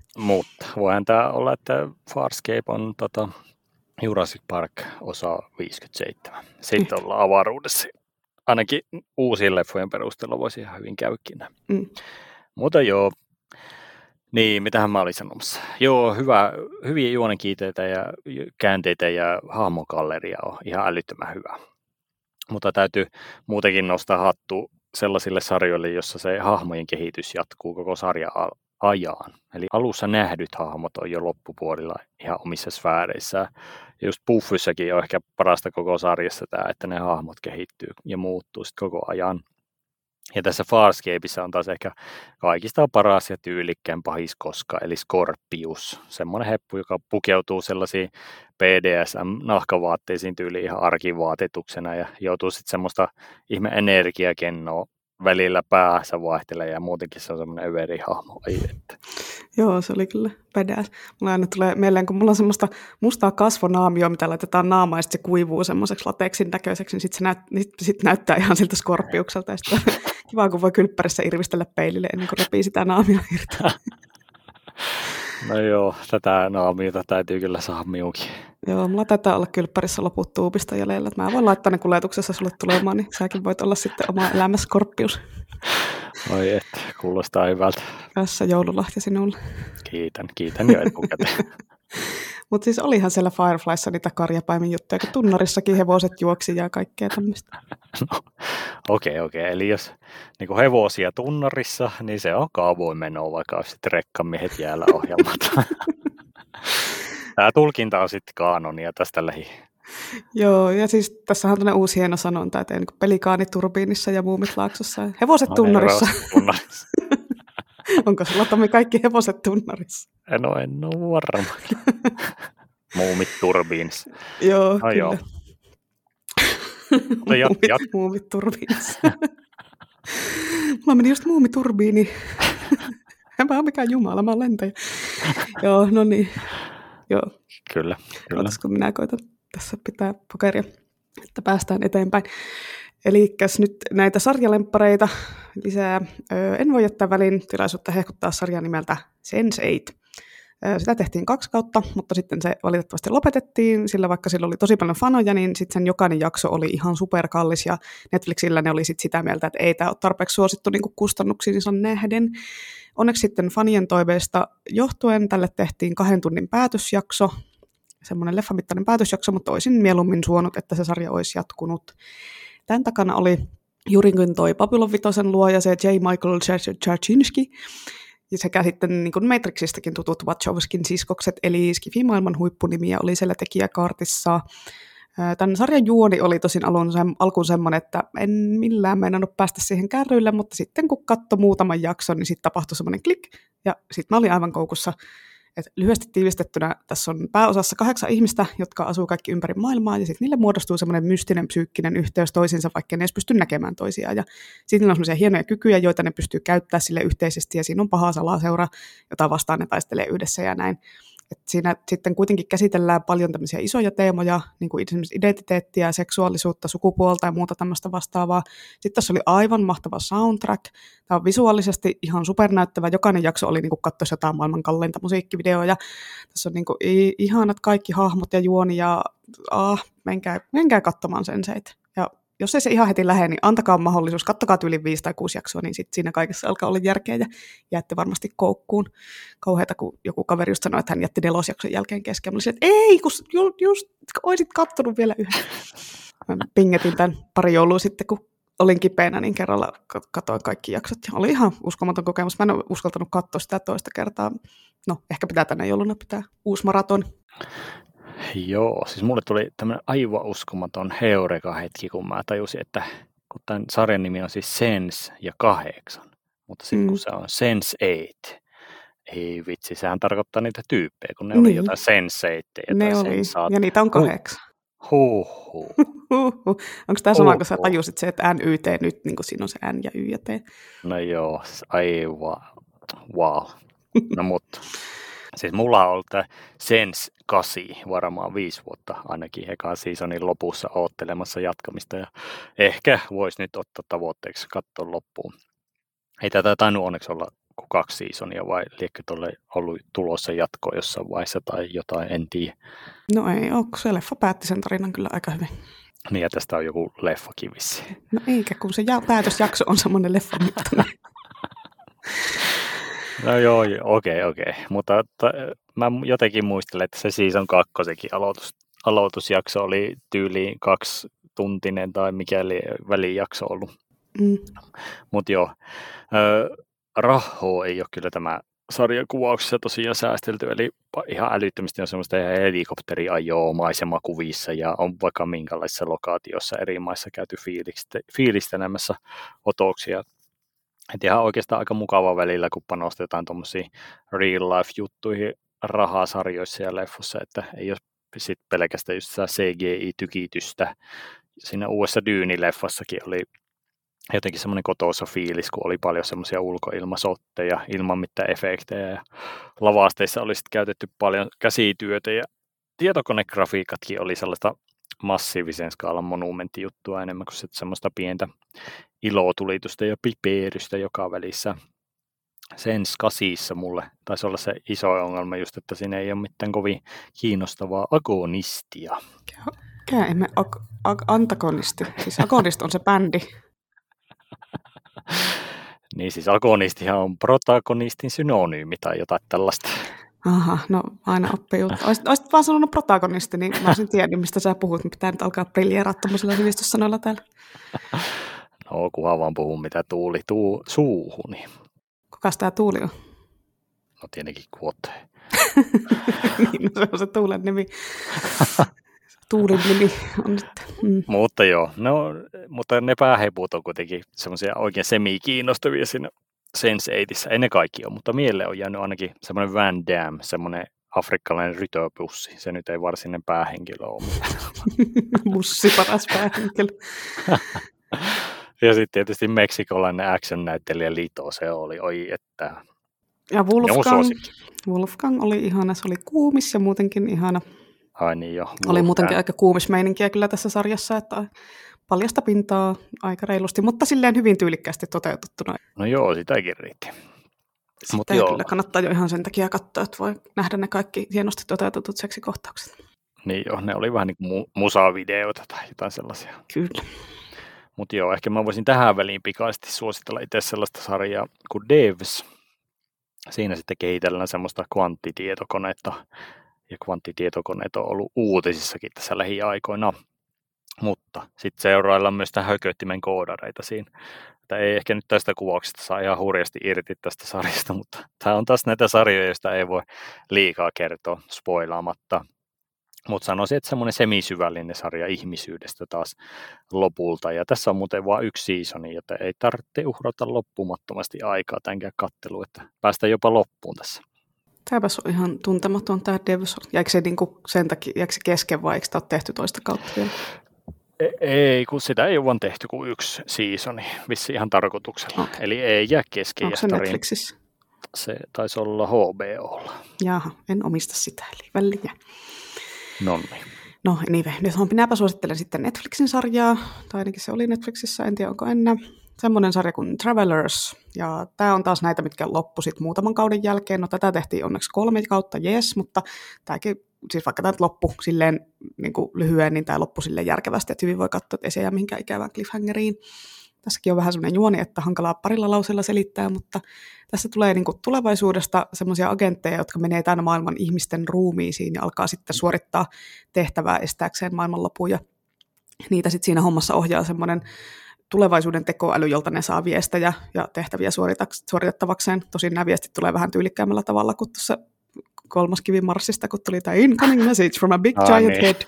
Mutta voihan tämä olla, että Farscape on tota, Jurassic Park osa viisikymmentäseitsemän. Sitten mm. ollaan avaruudessa. Ainakin uusien leffojen perusteella voisi ihan hyvin käydäkin. Mm. Mutta joo, niin mitähän mä olin sanomassa. Joo, hyvä, hyviä juonenkiiteitä ja käänteitä ja hahmogalleria on ihan älyttömän hyvä. Mutta täytyy muutenkin nostaa hattu sellaisille sarjoille, jossa se hahmojen kehitys jatkuu koko sarjan ajan. Eli alussa nähdyt hahmot on jo loppupuolilla ihan omissa sfääreissään. Ja just Buffyssakin on ehkä parasta koko sarjassa tämä, että ne hahmot kehittyy ja muuttuu sitten koko ajan. Ja tässä Farscapeissa on taas ehkä kaikista paras ja tyylikkään pahis koskaan, eli Scorpius. Semmoinen heppu, joka pukeutuu sellaisiin B D S M-nahkavaatteisiin tyyliin ihan arkivaatetuksena ja joutuu sitten semmoista ihme energiakennoa välillä päässä vaihtelee ja muutenkin se on semmoinen överihahmo. Joo, se oli kyllä badass. Mulla aina tulee mieleen, kun mulla on semmoista mustaa kasvonaamioa, mitä laitetaan naamaan ja sitten se kuivuu semmoiseksi lateksin näköiseksi, niin sitten se näyt, sit näyttää ihan siltä Scorpiukselta. Ja sitten kiva, kun voi kylppärissä irvistellä peilille ennen kuin repii sitä naamioa irti. No joo, tätä naamiota täytyy kyllä saada miukin. Joo, mulla taitaa olla kylppärissä loput tuupista jäljellä. Että mä voin laittaa ne kuljetuksessa sulle tulemaan, niin säkin voit olla sitten oma elämässä Scorpius. Oi et, kuulostaa hyvältä. Tässä joululahti sinulle. Kiitän, kiitän jo etukäteen. Mutta siis olihan siellä Fireflyssa niitä karjapaimin juttuja, kun tunnarissakin hevoset juoksi ja kaikkea tämmöistä. No, okei, okay, okei. Okay. Eli jos niin hevosia tunnarissa, niin se on kauvoin menoa, vaikka sitten rekkamiehet jäällä ohjelmat. Tämä tulkinta on sitten kaanonia tästä lähi. Joo, ja siis tässähän on tämmöinen uusi hieno sanonta, että niin pelikaanit turbiinissa ja muumit laaksossa. Hevoset no, tunnarissa. Hevoset tunnarissa. Onko sulla, Tomi, kaikki hevoset tunnarissa? No en ole varma. Muumit turbiinissa. Joo, no, kyllä. Joo. Jat, jat. Muumit turbiinissa. Mulla meni just muumiturbiini. En mä ole mikään jumala, mä oon lentäjä. Joo, no niin. Joo. Kyllä, kyllä. Ootas, kun minä koitan tässä pitää pokeria, että päästään eteenpäin. Eli nyt näitä sarjalemppareita lisää. En voi jättää väliin tilaisuutta hehkuttaa sarjan nimeltä sense eight. Sitä tehtiin kaksi kautta, mutta sitten se valitettavasti lopetettiin, sillä vaikka sillä oli tosi paljon fanoja, niin sitten sen jokainen jakso oli ihan superkallis, ja Netflixillä ne oli sitten sitä mieltä, että ei tämä ole tarpeeksi suosittu niin kustannuksiinsa nähden. Onneksi sitten fanien toiveista johtuen tälle tehtiin kahden tunnin päätösjakso, semmoinen leffamittainen päätösjakso, mutta olisin mieluummin suonut, että se sarja olisi jatkunut. Tämän takana oli juurikin toi Babylon vitosen luoja, se J. Michael Straczynski, ja sekä sitten niin kuin Matrixistakin tutut Wachowskin siskokset, eli Skifi-maailman huippunimiä oli siellä tekijäkaartissa. Tämän sarjan juoni oli tosin alun, alkuun semmoinen, että en millään meinannut päästä siihen kärryille, mutta sitten kun katsoi muutaman jakson, niin sitten tapahtui semmoinen klik, ja sitten mä olin aivan koukussa. Et lyhyesti tiivistettynä tässä on pääosassa kahdeksan ihmistä, jotka asuu kaikki ympäri maailmaa, ja sitten niille muodostuu semmoinen mystinen psyykkinen yhteys toisiinsa, vaikka ne edes pysty näkemään toisiaan. Ja sitten niillä on semmoisia hienoja kykyjä, joita ne pystyy käyttämään sille yhteisesti, ja siinä on paha salaseura, jota vastaan ne taistelee yhdessä ja näin. Et siinä sitten kuitenkin käsitellään paljon tämmöisiä isoja teemoja, niin kuin esimerkiksi identiteettiä, seksuaalisuutta, sukupuolta ja muuta tämmöistä vastaavaa. Sitten tässä oli aivan mahtava soundtrack. Tämä on visuaalisesti ihan supernäyttävä. Jokainen jakso oli niin kuin katsoisi jotain maailman kalleinta musiikkivideoja. Tässä on niin kuin ihanat kaikki hahmot ja juoni ja ah, menkää, menkää katsomaan sense eight. Ja jos ei se ihan heti lähde, niin antakaa mahdollisuus, kattokaa yli viisi tai kuusi jaksoa, niin sitten siinä kaikessa alkaa olla järkeä ja jäätte varmasti koukkuun. Kauheata, kun joku kaveri just sanoi, että hän jätti nelosjakson jälkeen kesken. Mä olisin, että ei, kun just, just olisit kattonut vielä yhden. Mä pingetin tämän pari joulua sitten, kun olin kipeänä, niin kerralla katsoin kaikki jaksot. Ja oli ihan uskomaton kokemus. Mä en ole uskaltanut katsoa sitä toista kertaa. No, ehkä pitää tänä jouluna pitää uusi maraton. Joo, siis mulle tuli tämmöinen aivan uskomaton heureka-hetki, kun mä tajusin, että kun tämän sarjan nimi on siis sense ja kahdeksan, mutta sitten mm. kun se on sense eight, ei vitsi, sehän tarkoittaa niitä tyyppejä, kun ne niin oli jotain senseitteja. Ne oli, sensaat... ja niitä on kahdeksan. Huhhuh. Huhhuh. Onko tämä sama, kun sä tajusit se, että N, Y, T nyt, niin kuin siinä on se N ja Y ja T? No joo, aivan, wow. No mutta... Siis mulla on ollut tämä sense kahdeksan varmaan viisi vuotta ainakin ekan seasonin lopussa oottelemassa jatkamista ja ehkä voisi nyt ottaa tavoitteeksi katsoa loppuun. Ei tätä tainnut onneksi olla kuin kaksi seasonia vai liekö tuolle ollut tulossa jatkoa jossain vaiheessa tai jotain, en tiedä. No ei ole, kun se leffa päätti sen tarinan kyllä aika hyvin. Niin, ja tästä on joku leffakin vissiin. No eikä, kun se ja- päätösjakso on semmoinen leffa mittainen. No joo, okei, okay, okei. Okay. Mutta t- mä jotenkin muistelen, että se season kakkosekin aloitus, aloitusjakso oli tyyliin kaksi tuntinen tai mikäli välijakso ollut. Mm. Mutta joo, ö, rahoa ei ole kyllä tämä sarjakuvauksessa tosiaan säästelty, eli ihan älyttömästi on semmoista helikopteriajoa maisemakuvissa ja on vaikka minkälaisessa lokaatiossa eri maissa käyty fiilistelemässä otoksia. Et ihan oikeastaan aika mukava välillä, kun panostetaan tuommoisiin real life juttuihin rahasarjoissa ja leffossa, että ei ole sit pelkästään just C G I-tykitystä. Siinä uudessa Dune-leffassakin oli jotenkin semmoinen kotoisa fiilis, kun oli paljon semmoisia ulkoilmasotteja ilman mitään efektejä. Ja lavasteissa oli sitten käytetty paljon käsityötä ja tietokonegrafiikatkin oli sellaista massiivisen skaalan monumenttijuttua enemmän kuin semmoista pientä ilotulitusta ja pipeerystä joka välissä. Sen skasissa mulle taisi olla se iso ongelma just, että siinä ei ole mitään kovin kiinnostavaa agonistia. Mikä emme ag- ag- antagonisti? Siis agonist on se bändi. Niin siis agonistihan on protagonistin synonyymi tai jotain tällaista. Aha, no aina oppii juttu. Olisit, olisit vaan sanonut protagonisti, niin mä olisin tiennyt, mistä sä puhut. Mä pitää nyt alkaa briljeeraa tuollaisilla sivistyssanoilla täällä. No, kunhan vaan puhun, mitä tuuli tuu suuhuni. Kukas tää Tuuli on? No tietenkin Quote. Niin, no se on se Tuulen nimi. Tuulin nimi on nyt. Mm. Mutta joo, no, mutta ne päähepuut on kuitenkin semmoisia oikein semi-kiinnostavia siinä sense eightissa. Ei ne kaikki ole, mutta mieleen on jäänyt ainakin semmoinen Van Damme, semmoinen afrikkalainen rytöpussi. Se nyt ei varsinainen päähenkilö ole. Mussi paras päähenkilö. Ja sitten tietysti meksikolainen action-näyttelijä Lito, se oli, oi että... Ja Wolfgang, Wolfgang oli ihana, se oli kuumis ja muutenkin ihana. Ai niin jo. Wolfgang. Oli muutenkin aika kuumismeininkiä kyllä tässä sarjassa, että paljasta pintaa aika reilusti, mutta silleen hyvin tyylikkäästi toteutettuna. No joo, sitäkin riitti. Sitä Mut joo. Kyllä kannattaa jo ihan sen takia katsoa, että voi nähdä ne kaikki hienosti toteutetut seksikohtaukset. Niin joo, ne oli vähän niin kuin mu- musavideoita tai jotain sellaisia. Kyllä. Mutta joo, ehkä mä voisin tähän väliin pikaisesti suositella itse sellaista sarjaa kuin Devs. Siinä sitten kehitellään semmoista kvanttitietokonetta, ja kvanttitietokoneet on ollut uutisissakin tässä lähiaikoina. Mutta sitten seuraillaan myös tämän hököttimen koodareita siinä. Tämä ei ehkä nyt tästä kuvauksesta saa ihan hurjasti irti tästä sarjasta, mutta tämä on taas näitä sarjoja, joista ei voi liikaa kertoa spoilaamatta. Mutta sanoisin, että semmoinen semisyvällinen sarja ihmisyydestä taas lopulta. Ja tässä on muuten vain yksi seasoni, joten ei tarvitse uhrata loppumattomasti aikaa tämänkään katteluun, että päästään jopa loppuun tässä. Tämäpäs on ihan tuntematon tämä Devs. Jäikö se niinku sen takia, jäikö se kesken vai eikö sitä ole tehty toista kautta vielä? Ei, kun sitä ei ole vaan tehty kuin yksi seasoni, vissi ihan tarkoituksella. Okay. Eli ei jää kesken. Onko se Netflixissä? Se taisi olla H B O:lla. Jaha, en omista sitä, eli väliä. Nonni. No anyway, nyt minäpä suosittelen sitten Netflixin sarjaa, tai ainakin se oli Netflixissä, en tiedä onko enää. Semmoinen sarja kuin Travelers, ja tämä on taas näitä, mitkä loppu sitten muutaman kauden jälkeen. No tätä tehtiin onneksi kolme kautta, jes, mutta tämäkin, siis vaikka tämä loppu silleen niin kuin lyhyen, niin tämä loppu silleen järkevästi, että hyvin voi katsoa, että ei se jää mihinkään ikävään cliffhangeriin. Tässäkin on vähän semmoinen juoni, että hankalaa parilla lauseella selittää, mutta tässä tulee niin kuin tulevaisuudesta semmoisia agentteja, jotka menee tämän maailman ihmisten ruumiisiin ja alkaa sitten suorittaa tehtävää estääkseen maailmanlopun. Ja niitä sitten siinä hommassa ohjaa semmoinen tulevaisuuden tekoäly, jolta ne saa viestejä ja tehtäviä suoritettavakseen. Tosin nämä viestit tulee vähän tyylikkäämmällä tavalla kuin tuossa kolmas kivi Marsista, kun tuli tämä incoming message from a big giant niin. head.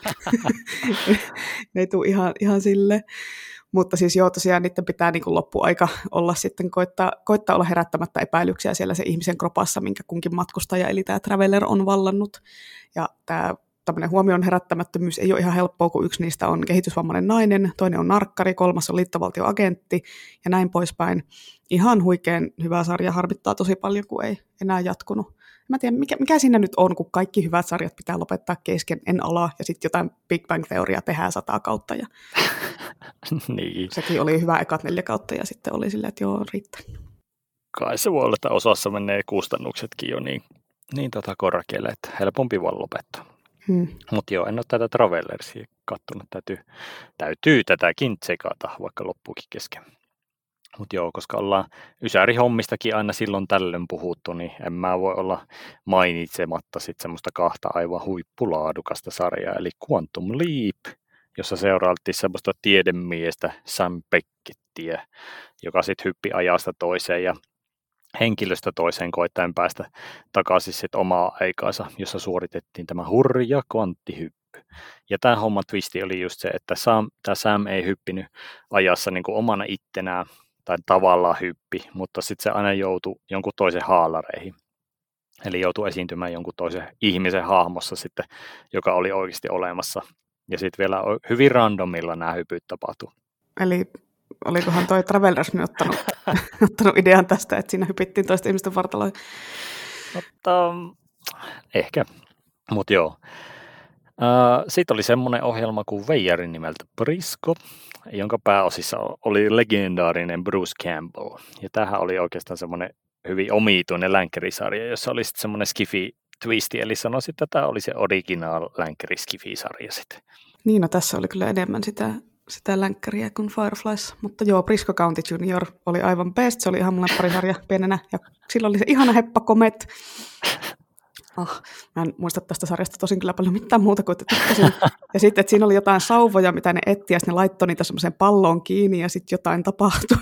Ne ei tule ihan, ihan silleen. Mutta siis joo, tosiaan niiden pitää niin kuin loppuaika olla sitten, koittaa, koittaa olla herättämättä epäilyksiä siellä se ihmisen kropassa, minkä kunkin matkustaja, eli tämä Traveler on vallannut. Ja tämä tämmöinen huomion herättämättömyys ei ole ihan helppoa, kun yksi niistä on kehitysvammainen nainen, toinen on narkkari, kolmas on liittovaltioagentti ja näin poispäin. Ihan huikean hyvä sarja, harmittaa tosi paljon, kun ei enää jatkunut. Mä tiedän, mikä, mikä siinä nyt on, kun kaikki hyvät sarjat pitää lopettaa kesken, en ala, ja sitten jotain Big Bang-teoriaa tehdään sataa kautta. Ja niin. Sekin oli hyvä ekat neljä kautta, ja sitten oli silleen, että joo, riittää. kai se voi olla, että osassa menee kustannuksetkin jo niin, niin tota korkealle, että helpompi vaan lopettaa. Hmm. Mutta joo, en ole tätä Travelersia kattonut. Täytyy, täytyy tätäkin tsekata, vaikka loppuukin kesken. Mutta joo, koska ollaan ysärihommistakin aina silloin tällöin puhuttu, niin en mä voi olla mainitsematta sit semmoista kahta aivan huippulaadukasta sarjaa, eli Quantum Leap, jossa seurailtiin semmoista tiedemiestä Sam Beckettiä, joka sitten hyppi ajasta toiseen ja henkilöstä toiseen koittaen päästä takaisin sitten omaa aikaansa, jossa suoritettiin tämä hurja kvanttihyppy. Ja tämä homman twisti oli just se, että Sam, tämä Sam ei hyppinyt ajassa niin kuin omana ittenään, tai tavallaan hyppi, mutta sitten se aina joutui jonkun toisen haalareihin. Eli joutui esiintymään jonkun toisen ihmisen hahmossa sitten, joka oli oikeasti olemassa. Ja sitten vielä hyvin randomilla nämä hypyt tapahtui. Eli olikohan toi Travelers ottanut, ottanut idean tästä, että siinä hypittiin toisten ihmisten vartaloihin? Mutta ehkä, mutta joo. Uh, Sitten oli semmoinen ohjelma kuin Veijarin nimeltä Brisco, jonka pääosissa oli legendaarinen Bruce Campbell. Ja tämähän oli oikeastaan semmoinen hyvin omituinen länkkärisarja, jossa oli sitten semmoinen skifi-twisti, eli sanoisin, että tämä oli se original länkkäri-skifi-sarja sitten. Niin, no tässä oli kyllä enemmän sitä, sitä länkkäriä kuin Fireflies, mutta joo, Brisco County Junior oli aivan best, se oli ihan mun parisarja pienenä, ja silloin oli se ihana Heppa Komet. Oh, mä en muista tästä sarjasta tosin kyllä paljon mitään muuta kuin, että tykkäsin. Ja sitten, että siinä oli jotain sauvoja, mitä ne etti, ja ne laittoi niitä semmoiseen palloon kiinni, ja sitten jotain tapahtui.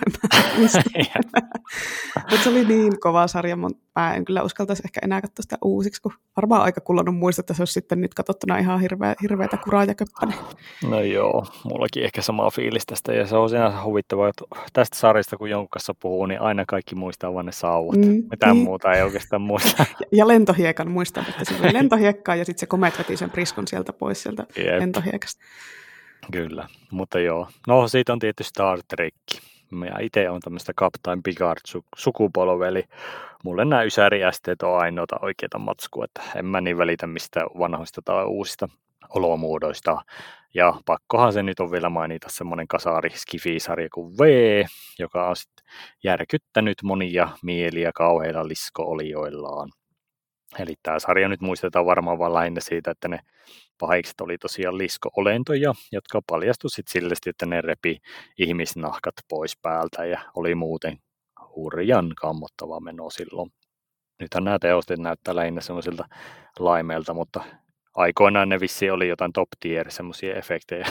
Mutta se oli niin kova sarja, mutta mä en kyllä uskaltaisi ehkä enää katsoa sitä uusiksi, kun varmaan aika kulunut muista, että se olisi sitten nyt katsottuna ihan hirveä, hirveätä kuraa ja köppäne. No joo, mullakin ehkä sama fiilis tästä, ja se on siinä huvittavaa, että tästä sarjasta, kun jonkun kanssa puhuu, niin aina kaikki muistaa vaan ne sauvut. Mm, Mitään niin. muuta ei oikeastaan muista. Ja, ja lentohiekan muistan, että se oli lentohiekkaa, ja sitten se Komet veti sen Briscon sieltä pois sieltä Jep. lentohiekasta. Kyllä, mutta joo. No siitä on tietysti Star Trek. Minä itse olen tämmöistä Captain Picard-sukupolvea, eli mulle nämä ysäriästeet on ainoita oikeita matskua, että en mä niin välitä mistään vanhoista tai uusista olomuodoista. Ja pakkohan se nyt on vielä mainita semmoinen kasari-skifi-sarja kuin V, joka on sitten järkyttänyt monia mieliä kauheilla lisko-olioillaan. Eli tämä sarja nyt muistetaan varmaan vaan lähinnä siitä, että ne pahikset oli tosiaan lisko-olentoja, jotka paljastui sitten sillesti, että ne repi ihmisnahkat pois päältä ja oli muuten hurjan kammottava meno silloin. Nythän nämä teostet näyttää lähinnä semmoisilta laimeilta, mutta aikoinaan ne vissiin oli jotain top tier semmoisia efektejä.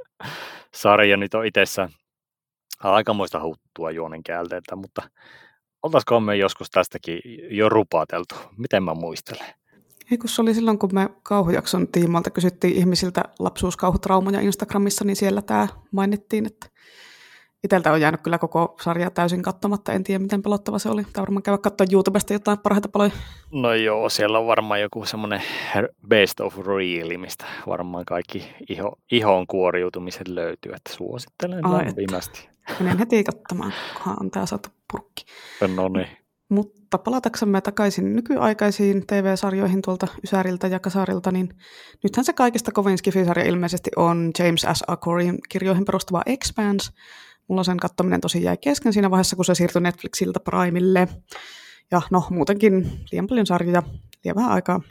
Sarja nyt on itsessään aikamoista huttua juonen käälteeltä, mutta oltaisiko me joskus tästäkin jo rupateltu? Miten mä muistelen? Ei, kun se oli silloin, kun me kauhujakson tiimalta kysyttiin ihmisiltä lapsuuskauhutraumoja Instagramissa, niin siellä tämä mainittiin, että itseltä on jäänyt kyllä koko sarja täysin katsomatta. En tiedä, miten pelottava se oli. Tai varmaan käydä katsoa YouTubesta jotain parhaita paloja. No joo, siellä on varmaan joku semmoinen best of real, mistä varmaan kaikki iho, ihon kuoriutumiset löytyy, että suosittelen Ai, lämpimästi. Menen heti katsomaan, kunhan on tämä saatu purkki. No niin. Mutta palataksemme takaisin nykyaikaisiin T V-sarjoihin tuolta Ysäriltä ja Kasarilta, niin nythän se kaikista kovin skifisarja ilmeisesti on James S. Akorin kirjoihin perustuva Expanse. Mulla sen katsominen tosi jäi kesken siinä vaiheessa, kun se siirtyi Netflixiltä Primelle. Ja no, muutenkin liian paljon sarjoja, liian vähän aikaa.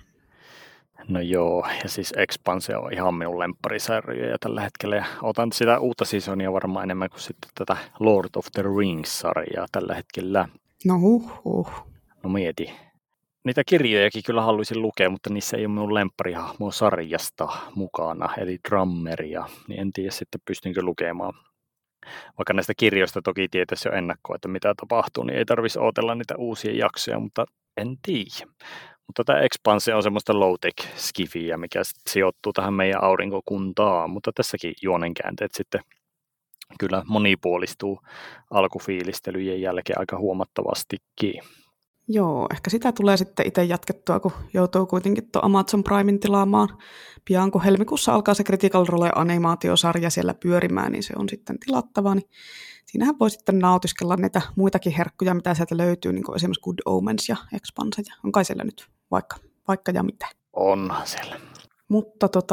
No joo, ja siis Expanse on ihan minun lempparisarjoja tällä hetkellä. Ja otan sitä uutta seasonia varmaan enemmän kuin sitten tätä Lord of the Rings-sarjaa tällä hetkellä. No huh, huh. No mieti. Niitä kirjojakin kyllä haluaisin lukea, mutta niissä ei ole minun lempparihahmoa sarjasta mukana, eli Drummeria. Niin en tiedä sitten pystynkö lukemaan. Vaikka näistä kirjoista toki tietäisi jo ennakkoa, että mitä tapahtuu, niin ei tarvitsisi odotella niitä uusia jaksoja, mutta en tiedä. Mutta tämä Expanse on semmoista low-tech skifiä, mikä sijoittuu tähän meidän aurinkokuntaan, mutta tässäkin juonenkäänteet sitten kyllä monipuolistuu alkufiilistelyjen jälkeen aika huomattavastikin. Joo, ehkä sitä tulee sitten itse jatkettua, kun joutuu kuitenkin tuon Amazon Primein tilaamaan. Pian kun helmikuussa alkaa se Critical Role-animaatiosarja siellä pyörimään, niin se on sitten tilattava. Niin siinähän voi sitten nautiskella näitä muitakin herkkuja, mitä sieltä löytyy, niin kuin esimerkiksi Good Omens ja Expanse. Ja on kai siellä nyt vaikka, vaikka ja mitä. On siellä. Mutta tota,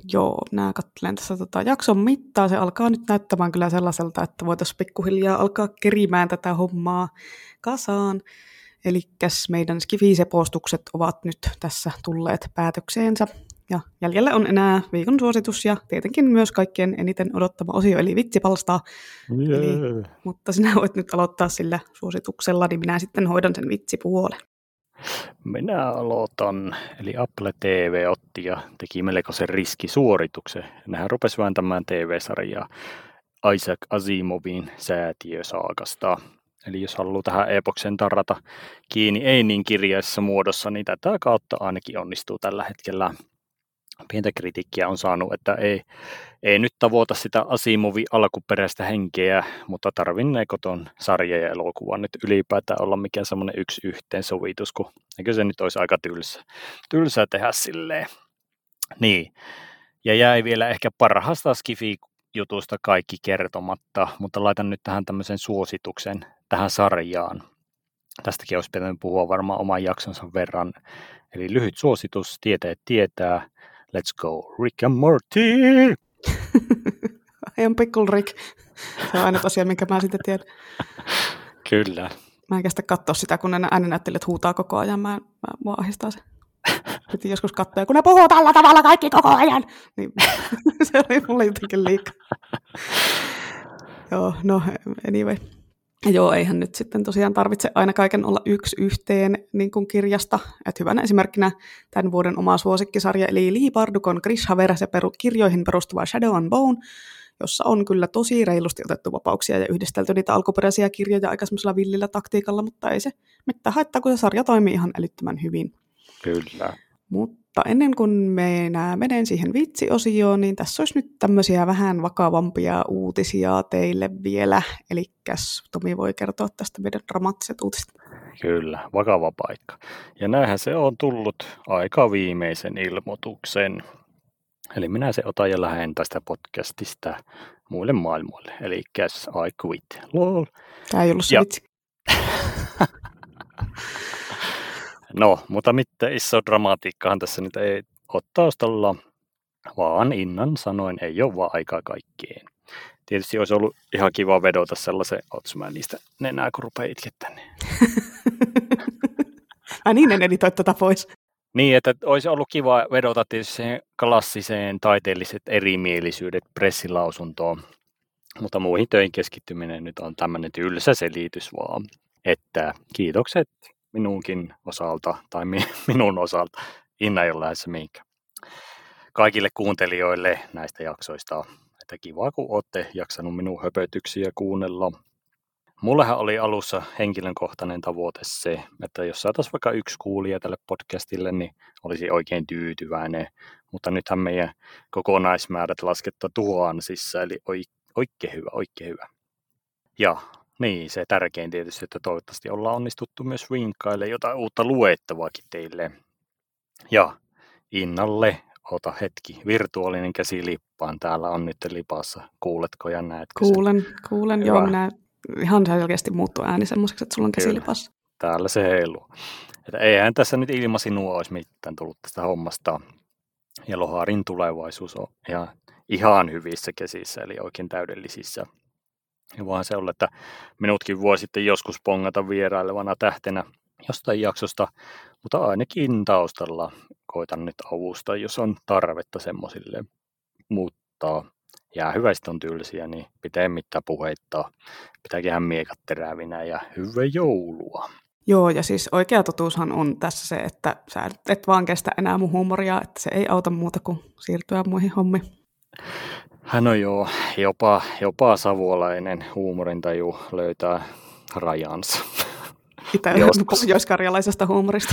Joo, minä katselen tässä tota jakson mittaa. Se alkaa nyt näyttämään kyllä sellaiselta, että voitaisiin pikkuhiljaa alkaa kerimään tätä hommaa kasaan. Elikkäs meidän Skifi-sepostukset ovat nyt tässä tulleet päätökseensä. Ja jäljellä on enää viikon suositus ja tietenkin myös kaikkien eniten odottama osio, eli vitsipalstaa. Yeah. Eli, mutta sinä voit nyt aloittaa sillä suosituksella, niin minä sitten hoidan sen vitsipuolen. Minä aloitan. Eli Apple T V otti ja teki melkoisen riskisuorituksen. Nehän rupesi vääntämään T V-sarjaa Isaac Asimovin säätiösaakasta. Eli jos haluaa tähän epoksen tarrata kiinni ei niin kirjaisessa muodossa, niin tätä kautta ainakin onnistuu tällä hetkellä. Pientä kritiikkiä on saanut, että ei, ei nyt tavoita sitä Asimovin alkuperäistä henkeä, mutta tarvinneeko ton sarja ja elokuvan nyt ylipäätään olla mikään semmoinen yksi yhteensovitus, kun eikö se nyt olisi aika tylsä, tylsää tehdä silleen. Niin, ja jäi vielä ehkä parhaasta Skifi-jutusta kaikki kertomatta, mutta laitan nyt tähän tämmöisen suosituksen tähän sarjaan. Tästäkin olisi pitänyt puhua varmaan oman jaksonsa verran. Eli lyhyt suositus, tieteet tietää. Let's go, Rick and Morty! I am Pickle Rick. Se on aina asia, minkä mä sitten tiedän. Kyllä. Mä en kestä katsoa sitä, kun ne ääninäyttelijät huutaa koko ajan. Mä, mä, mua ahdistaa se. Piti joskus katsoa, kun ne puhuu tällä tavalla kaikki koko ajan. Niin, se oli mulle jotenkin liikaa. Joo, no anyway. Joo, eihän nyt sitten tosiaan tarvitse aina kaiken olla yksi yhteen niin kuin kirjasta. Et hyvänä esimerkkinä tämän vuoden oma suosikkisarja, eli Lee Bardukon Chris Haver, se peru, kirjoihin perustuva Shadow and Bone, jossa on kyllä tosi reilusti otettu vapauksia ja yhdistelty niitä alkuperäisiä kirjoja aika semmoisella villillä taktiikalla, mutta ei se mitään haittaa, kun se sarja toimii ihan älyttömän hyvin. Kyllä. Mutta ennen kuin minä menen siihen vitsiosioon, niin tässä olisi nyt tämmöisiä vähän vakavampia uutisia teille vielä. Elikkäs Tomi voi kertoa tästä meidän dramaattiset uutiset. Kyllä, vakava paikka. Ja näinhän se on tullut aika viimeisen ilmoituksen. Eli minä se otan ja lähden tästä podcastista muille maailmoille. Eli käs I quit. Lol. Tämä ei ollut se ja... vitsi. No, mutta mitään iso dramatiikkahan tässä nyt ei ole taustalla, vaan innan sanoin ei ole vaan aikaa kaikkeen. Tietysti olisi ollut ihan kiva vedota sellaisen, ootko mä niistä nenää, kun rupeaa itkettämään. Ai niin, en editoi tätä pois. Niin, että olisi ollut kiva vedota tietysti siihen klassiseen taiteelliset erimielisyydet pressilausuntoon, mutta muihin töihin keskittyminen nyt on tämmöinen tylsä selitys vaan, että kiitokset minunkin osalta, tai minun osalta, Inna ei ole lähdössä mihinkään. Kaikille kuuntelijoille näistä jaksoista, että kiva kun olette jaksanut minun höpötyksiä kuunnella. Mullehan oli alussa henkilökohtainen tavoite se, että jos saataisiin vaikka yksi kuulija tälle podcastille, niin olisi oikein tyytyväinen. Mutta nythän meidän kokonaismäärät laskettaa tuhansissa, eli oikein hyvä, oikein hyvä. Ja niin, se tärkein tietysti, että toivottavasti ollaan onnistuttu myös vinkkaille jotain uutta luettavaakin teille. Ja Innalle, ota hetki, virtuaalinen käsi lippaan. Täällä on nyt lipassa. Kuuletko ja näetkö sen? Kuulen, kuulen. Hyvä. Joo, minä ihan selkeästi muuttuu ääni semmoiseksi, että sulla on käsi lipassa. Täällä se heiluu. Että eihän tässä nyt ilman sinua olisi mitään tullut tästä hommasta. Ja Loharin tulevaisuus on ihan, ihan hyvissä käsissä, eli oikein täydellisissä. Ja voihan se olla, että minutkin voi sitten joskus pongata vierailevana tähtenä jostain jaksosta, mutta ainakin taustalla koitan nyt avustaa, jos on tarvetta semmoisille. Mutta jäähyväiset on tylsiä, niin pitää mitään puheittaa. Pitääkin miekat terävinä ja hyvää joulua. Joo, ja siis oikea totuushan on tässä se, että sä et vaan kestä enää mun huumoria, että se ei auta muuta kuin siirtyä muihin hommiin. No joo, jopa, jopa savuolainen huumorintaju löytää rajansa. Itä-pohjoiskarjalaisesta huumorista.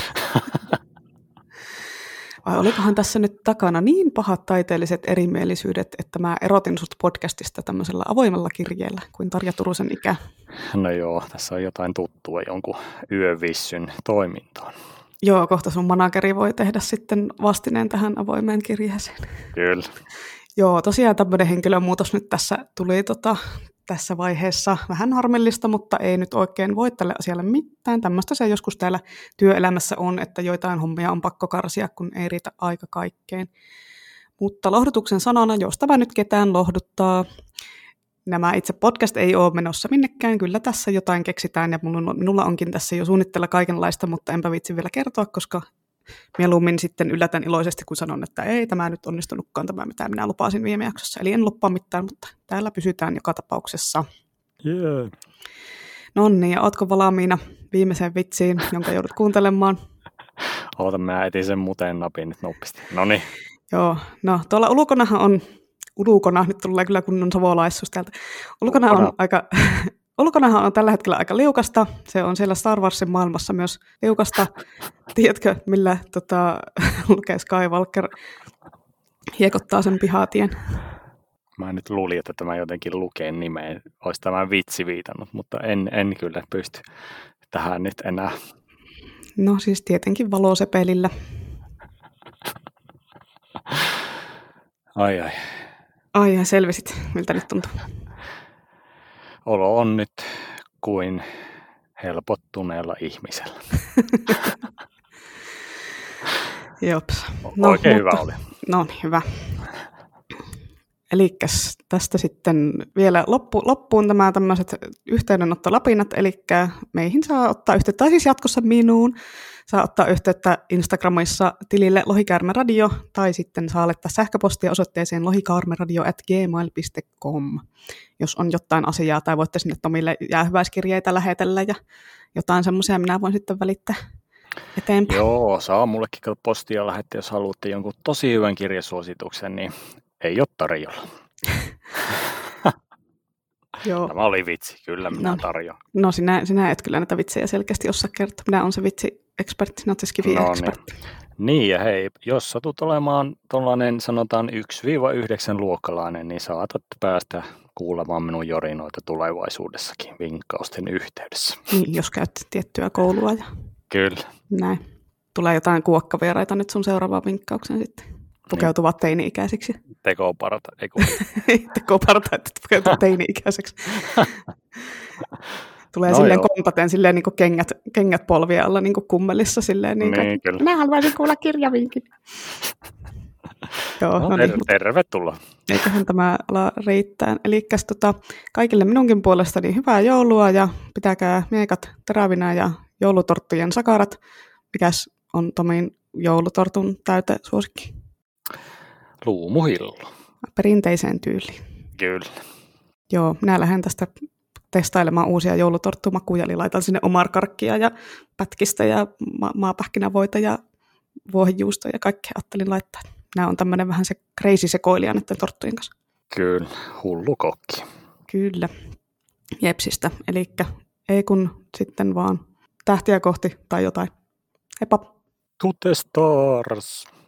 Vai olikohan tässä nyt takana niin pahat taiteelliset erimielisyydet, että mä erotin sut podcastista tämmöisellä avoimella kirjeellä kuin Tarja Turusen ikä? No joo, tässä on jotain tuttua jonkun yövissyn toimintaan. Joo, kohta sun manageri voi tehdä sitten vastineen tähän avoimeen kirjeeseen. Kyllä. Joo, tosiaan tämmöinen henkilömuutos nyt tässä tuli tota, tässä vaiheessa vähän harmillista, mutta ei nyt oikein voi tälle asialle mitään. Tämmöistä se joskus täällä työelämässä on, että joitain hommia on pakko karsia, kun ei riitä aika kaikkeen. Mutta lohdutuksen sanana, jos tämä nyt ketään lohduttaa, nämä itse podcast ei ole menossa minnekään, kyllä tässä jotain keksitään ja minulla, minulla onkin tässä jo suunnitteilla kaikenlaista, mutta enpä vitsi vielä kertoa, koska mieluummin sitten yllätän iloisesti, kun sanon, että ei tämä nyt onnistunutkaan tämä, mitä minä lupasin viime jaksossa. Eli en lupaa mitään, mutta täällä pysytään joka tapauksessa. Yeah. No niin, ja ootko valmiina viimeiseen vitsiin, jonka joudut kuuntelemaan? Oota, mä etin sen muteen napin nyt nopeasti. Noniin. Joo, no tuolla ulkonahan on, ulkona, nyt tulee kyllä kunnon savolaisuus täältä. Ulkona on aika, ulkonahan on tällä hetkellä aika liukasta. Se on siellä Star Warsin maailmassa myös liukasta. Tiedätkö, millä tota, Luke Skywalker hiekottaa sen pihatien? Mä nyt luulin, että tämä jotenkin Luken nimeen olisi tämä vitsi viitannut, mutta en, en kyllä pysty tähän nyt enää. No siis tietenkin valosepelillä. Ai ai. Ai ja selvisit. Miltä nyt tuntuu? Olo on nyt kuin helpottuneella ihmisellä. Jops. No, Oikein mutta, hyvä oli. No niin, hyvä. Elikkäs tästä sitten vielä loppu, loppuun tämä tämmöiset yhteydenottolapinat, eli meihin saa ottaa yhteyttä, tai siis jatkossa minuun, saa ottaa yhteyttä Instagramissa tilille Lohikäärme Radio, tai sitten saa laittaa sähköpostia osoitteeseen lohikaarmeradio at gmail dot com, jos on jotain asiaa, tai voitte sinne Tomille jäähyväiskirjeitä lähetellä, ja jotain semmoisia minä voin sitten välittää eteenpäin. Joo, saa mullekin postia lähettää, jos haluatte jonkun tosi hyvän kirjasuosituksen, niin ei ole tarjolla. Joo. Tämä oli vitsi, kyllä minä no, tarjoan. No sinä, sinä et kyllä näitä vitsejä selkeästi osaa kertoa. Minä olen se vitsi-ekspertti, sinä olet se skifi-ekspertti. No niin. niin, ja hei, jos satut olemaan tuollainen sanotaan yksi yhdeksän luokkalainen, niin saatat päästä kuulemaan minun jorinoita tulevaisuudessakin vinkkausten yhteydessä. Niin, jos käyt tiettyä koulua. Ja Kyllä. Näin. Tulee jotain kuokkavieraita nyt sun seuraavaan vinkkaukseen sitten. Pukeutuvat niin. teini-ikäisiksi. Tekoparata, ei kun. Tekoparata, että pukeutuvat teini-ikäiseksi. Tulee no silleen joo. kompaten, silleen niin kuin kengät, kengät polvia alla niin kuin kummelissa. Silleen, niin niin, kuin, minä haluaisin kuulla kirjavinkin. Joo, no, no ter- niin, tervetuloa. Eiköhän tämä ala riittää. Eli tota, kaikille minunkin puolestani hyvää joulua ja pitäkää miekat terävinä ja joulutorttujen sakarat. Mikäs on Tomin joulutortun täyte suosikki? Luumuhillu. Perinteiseen tyyliin. Kyllä. Joo, minä lähden tästä testailemaan uusia joulutorttumakuja, eli laitan sinne omarkarkkia ja pätkistä ja ma- maapähkinävoita ja vuohenjuustoa ja kaikkea ajattelin laittaa. Nämä on tämmöinen vähän se crazy sekoilija näiden torttujen kanssa. Kyllä, hullu kokki. Kyllä, jepsistä. Eli ei kun sitten vaan tähtiä kohti tai jotain. Heippa! To the stars!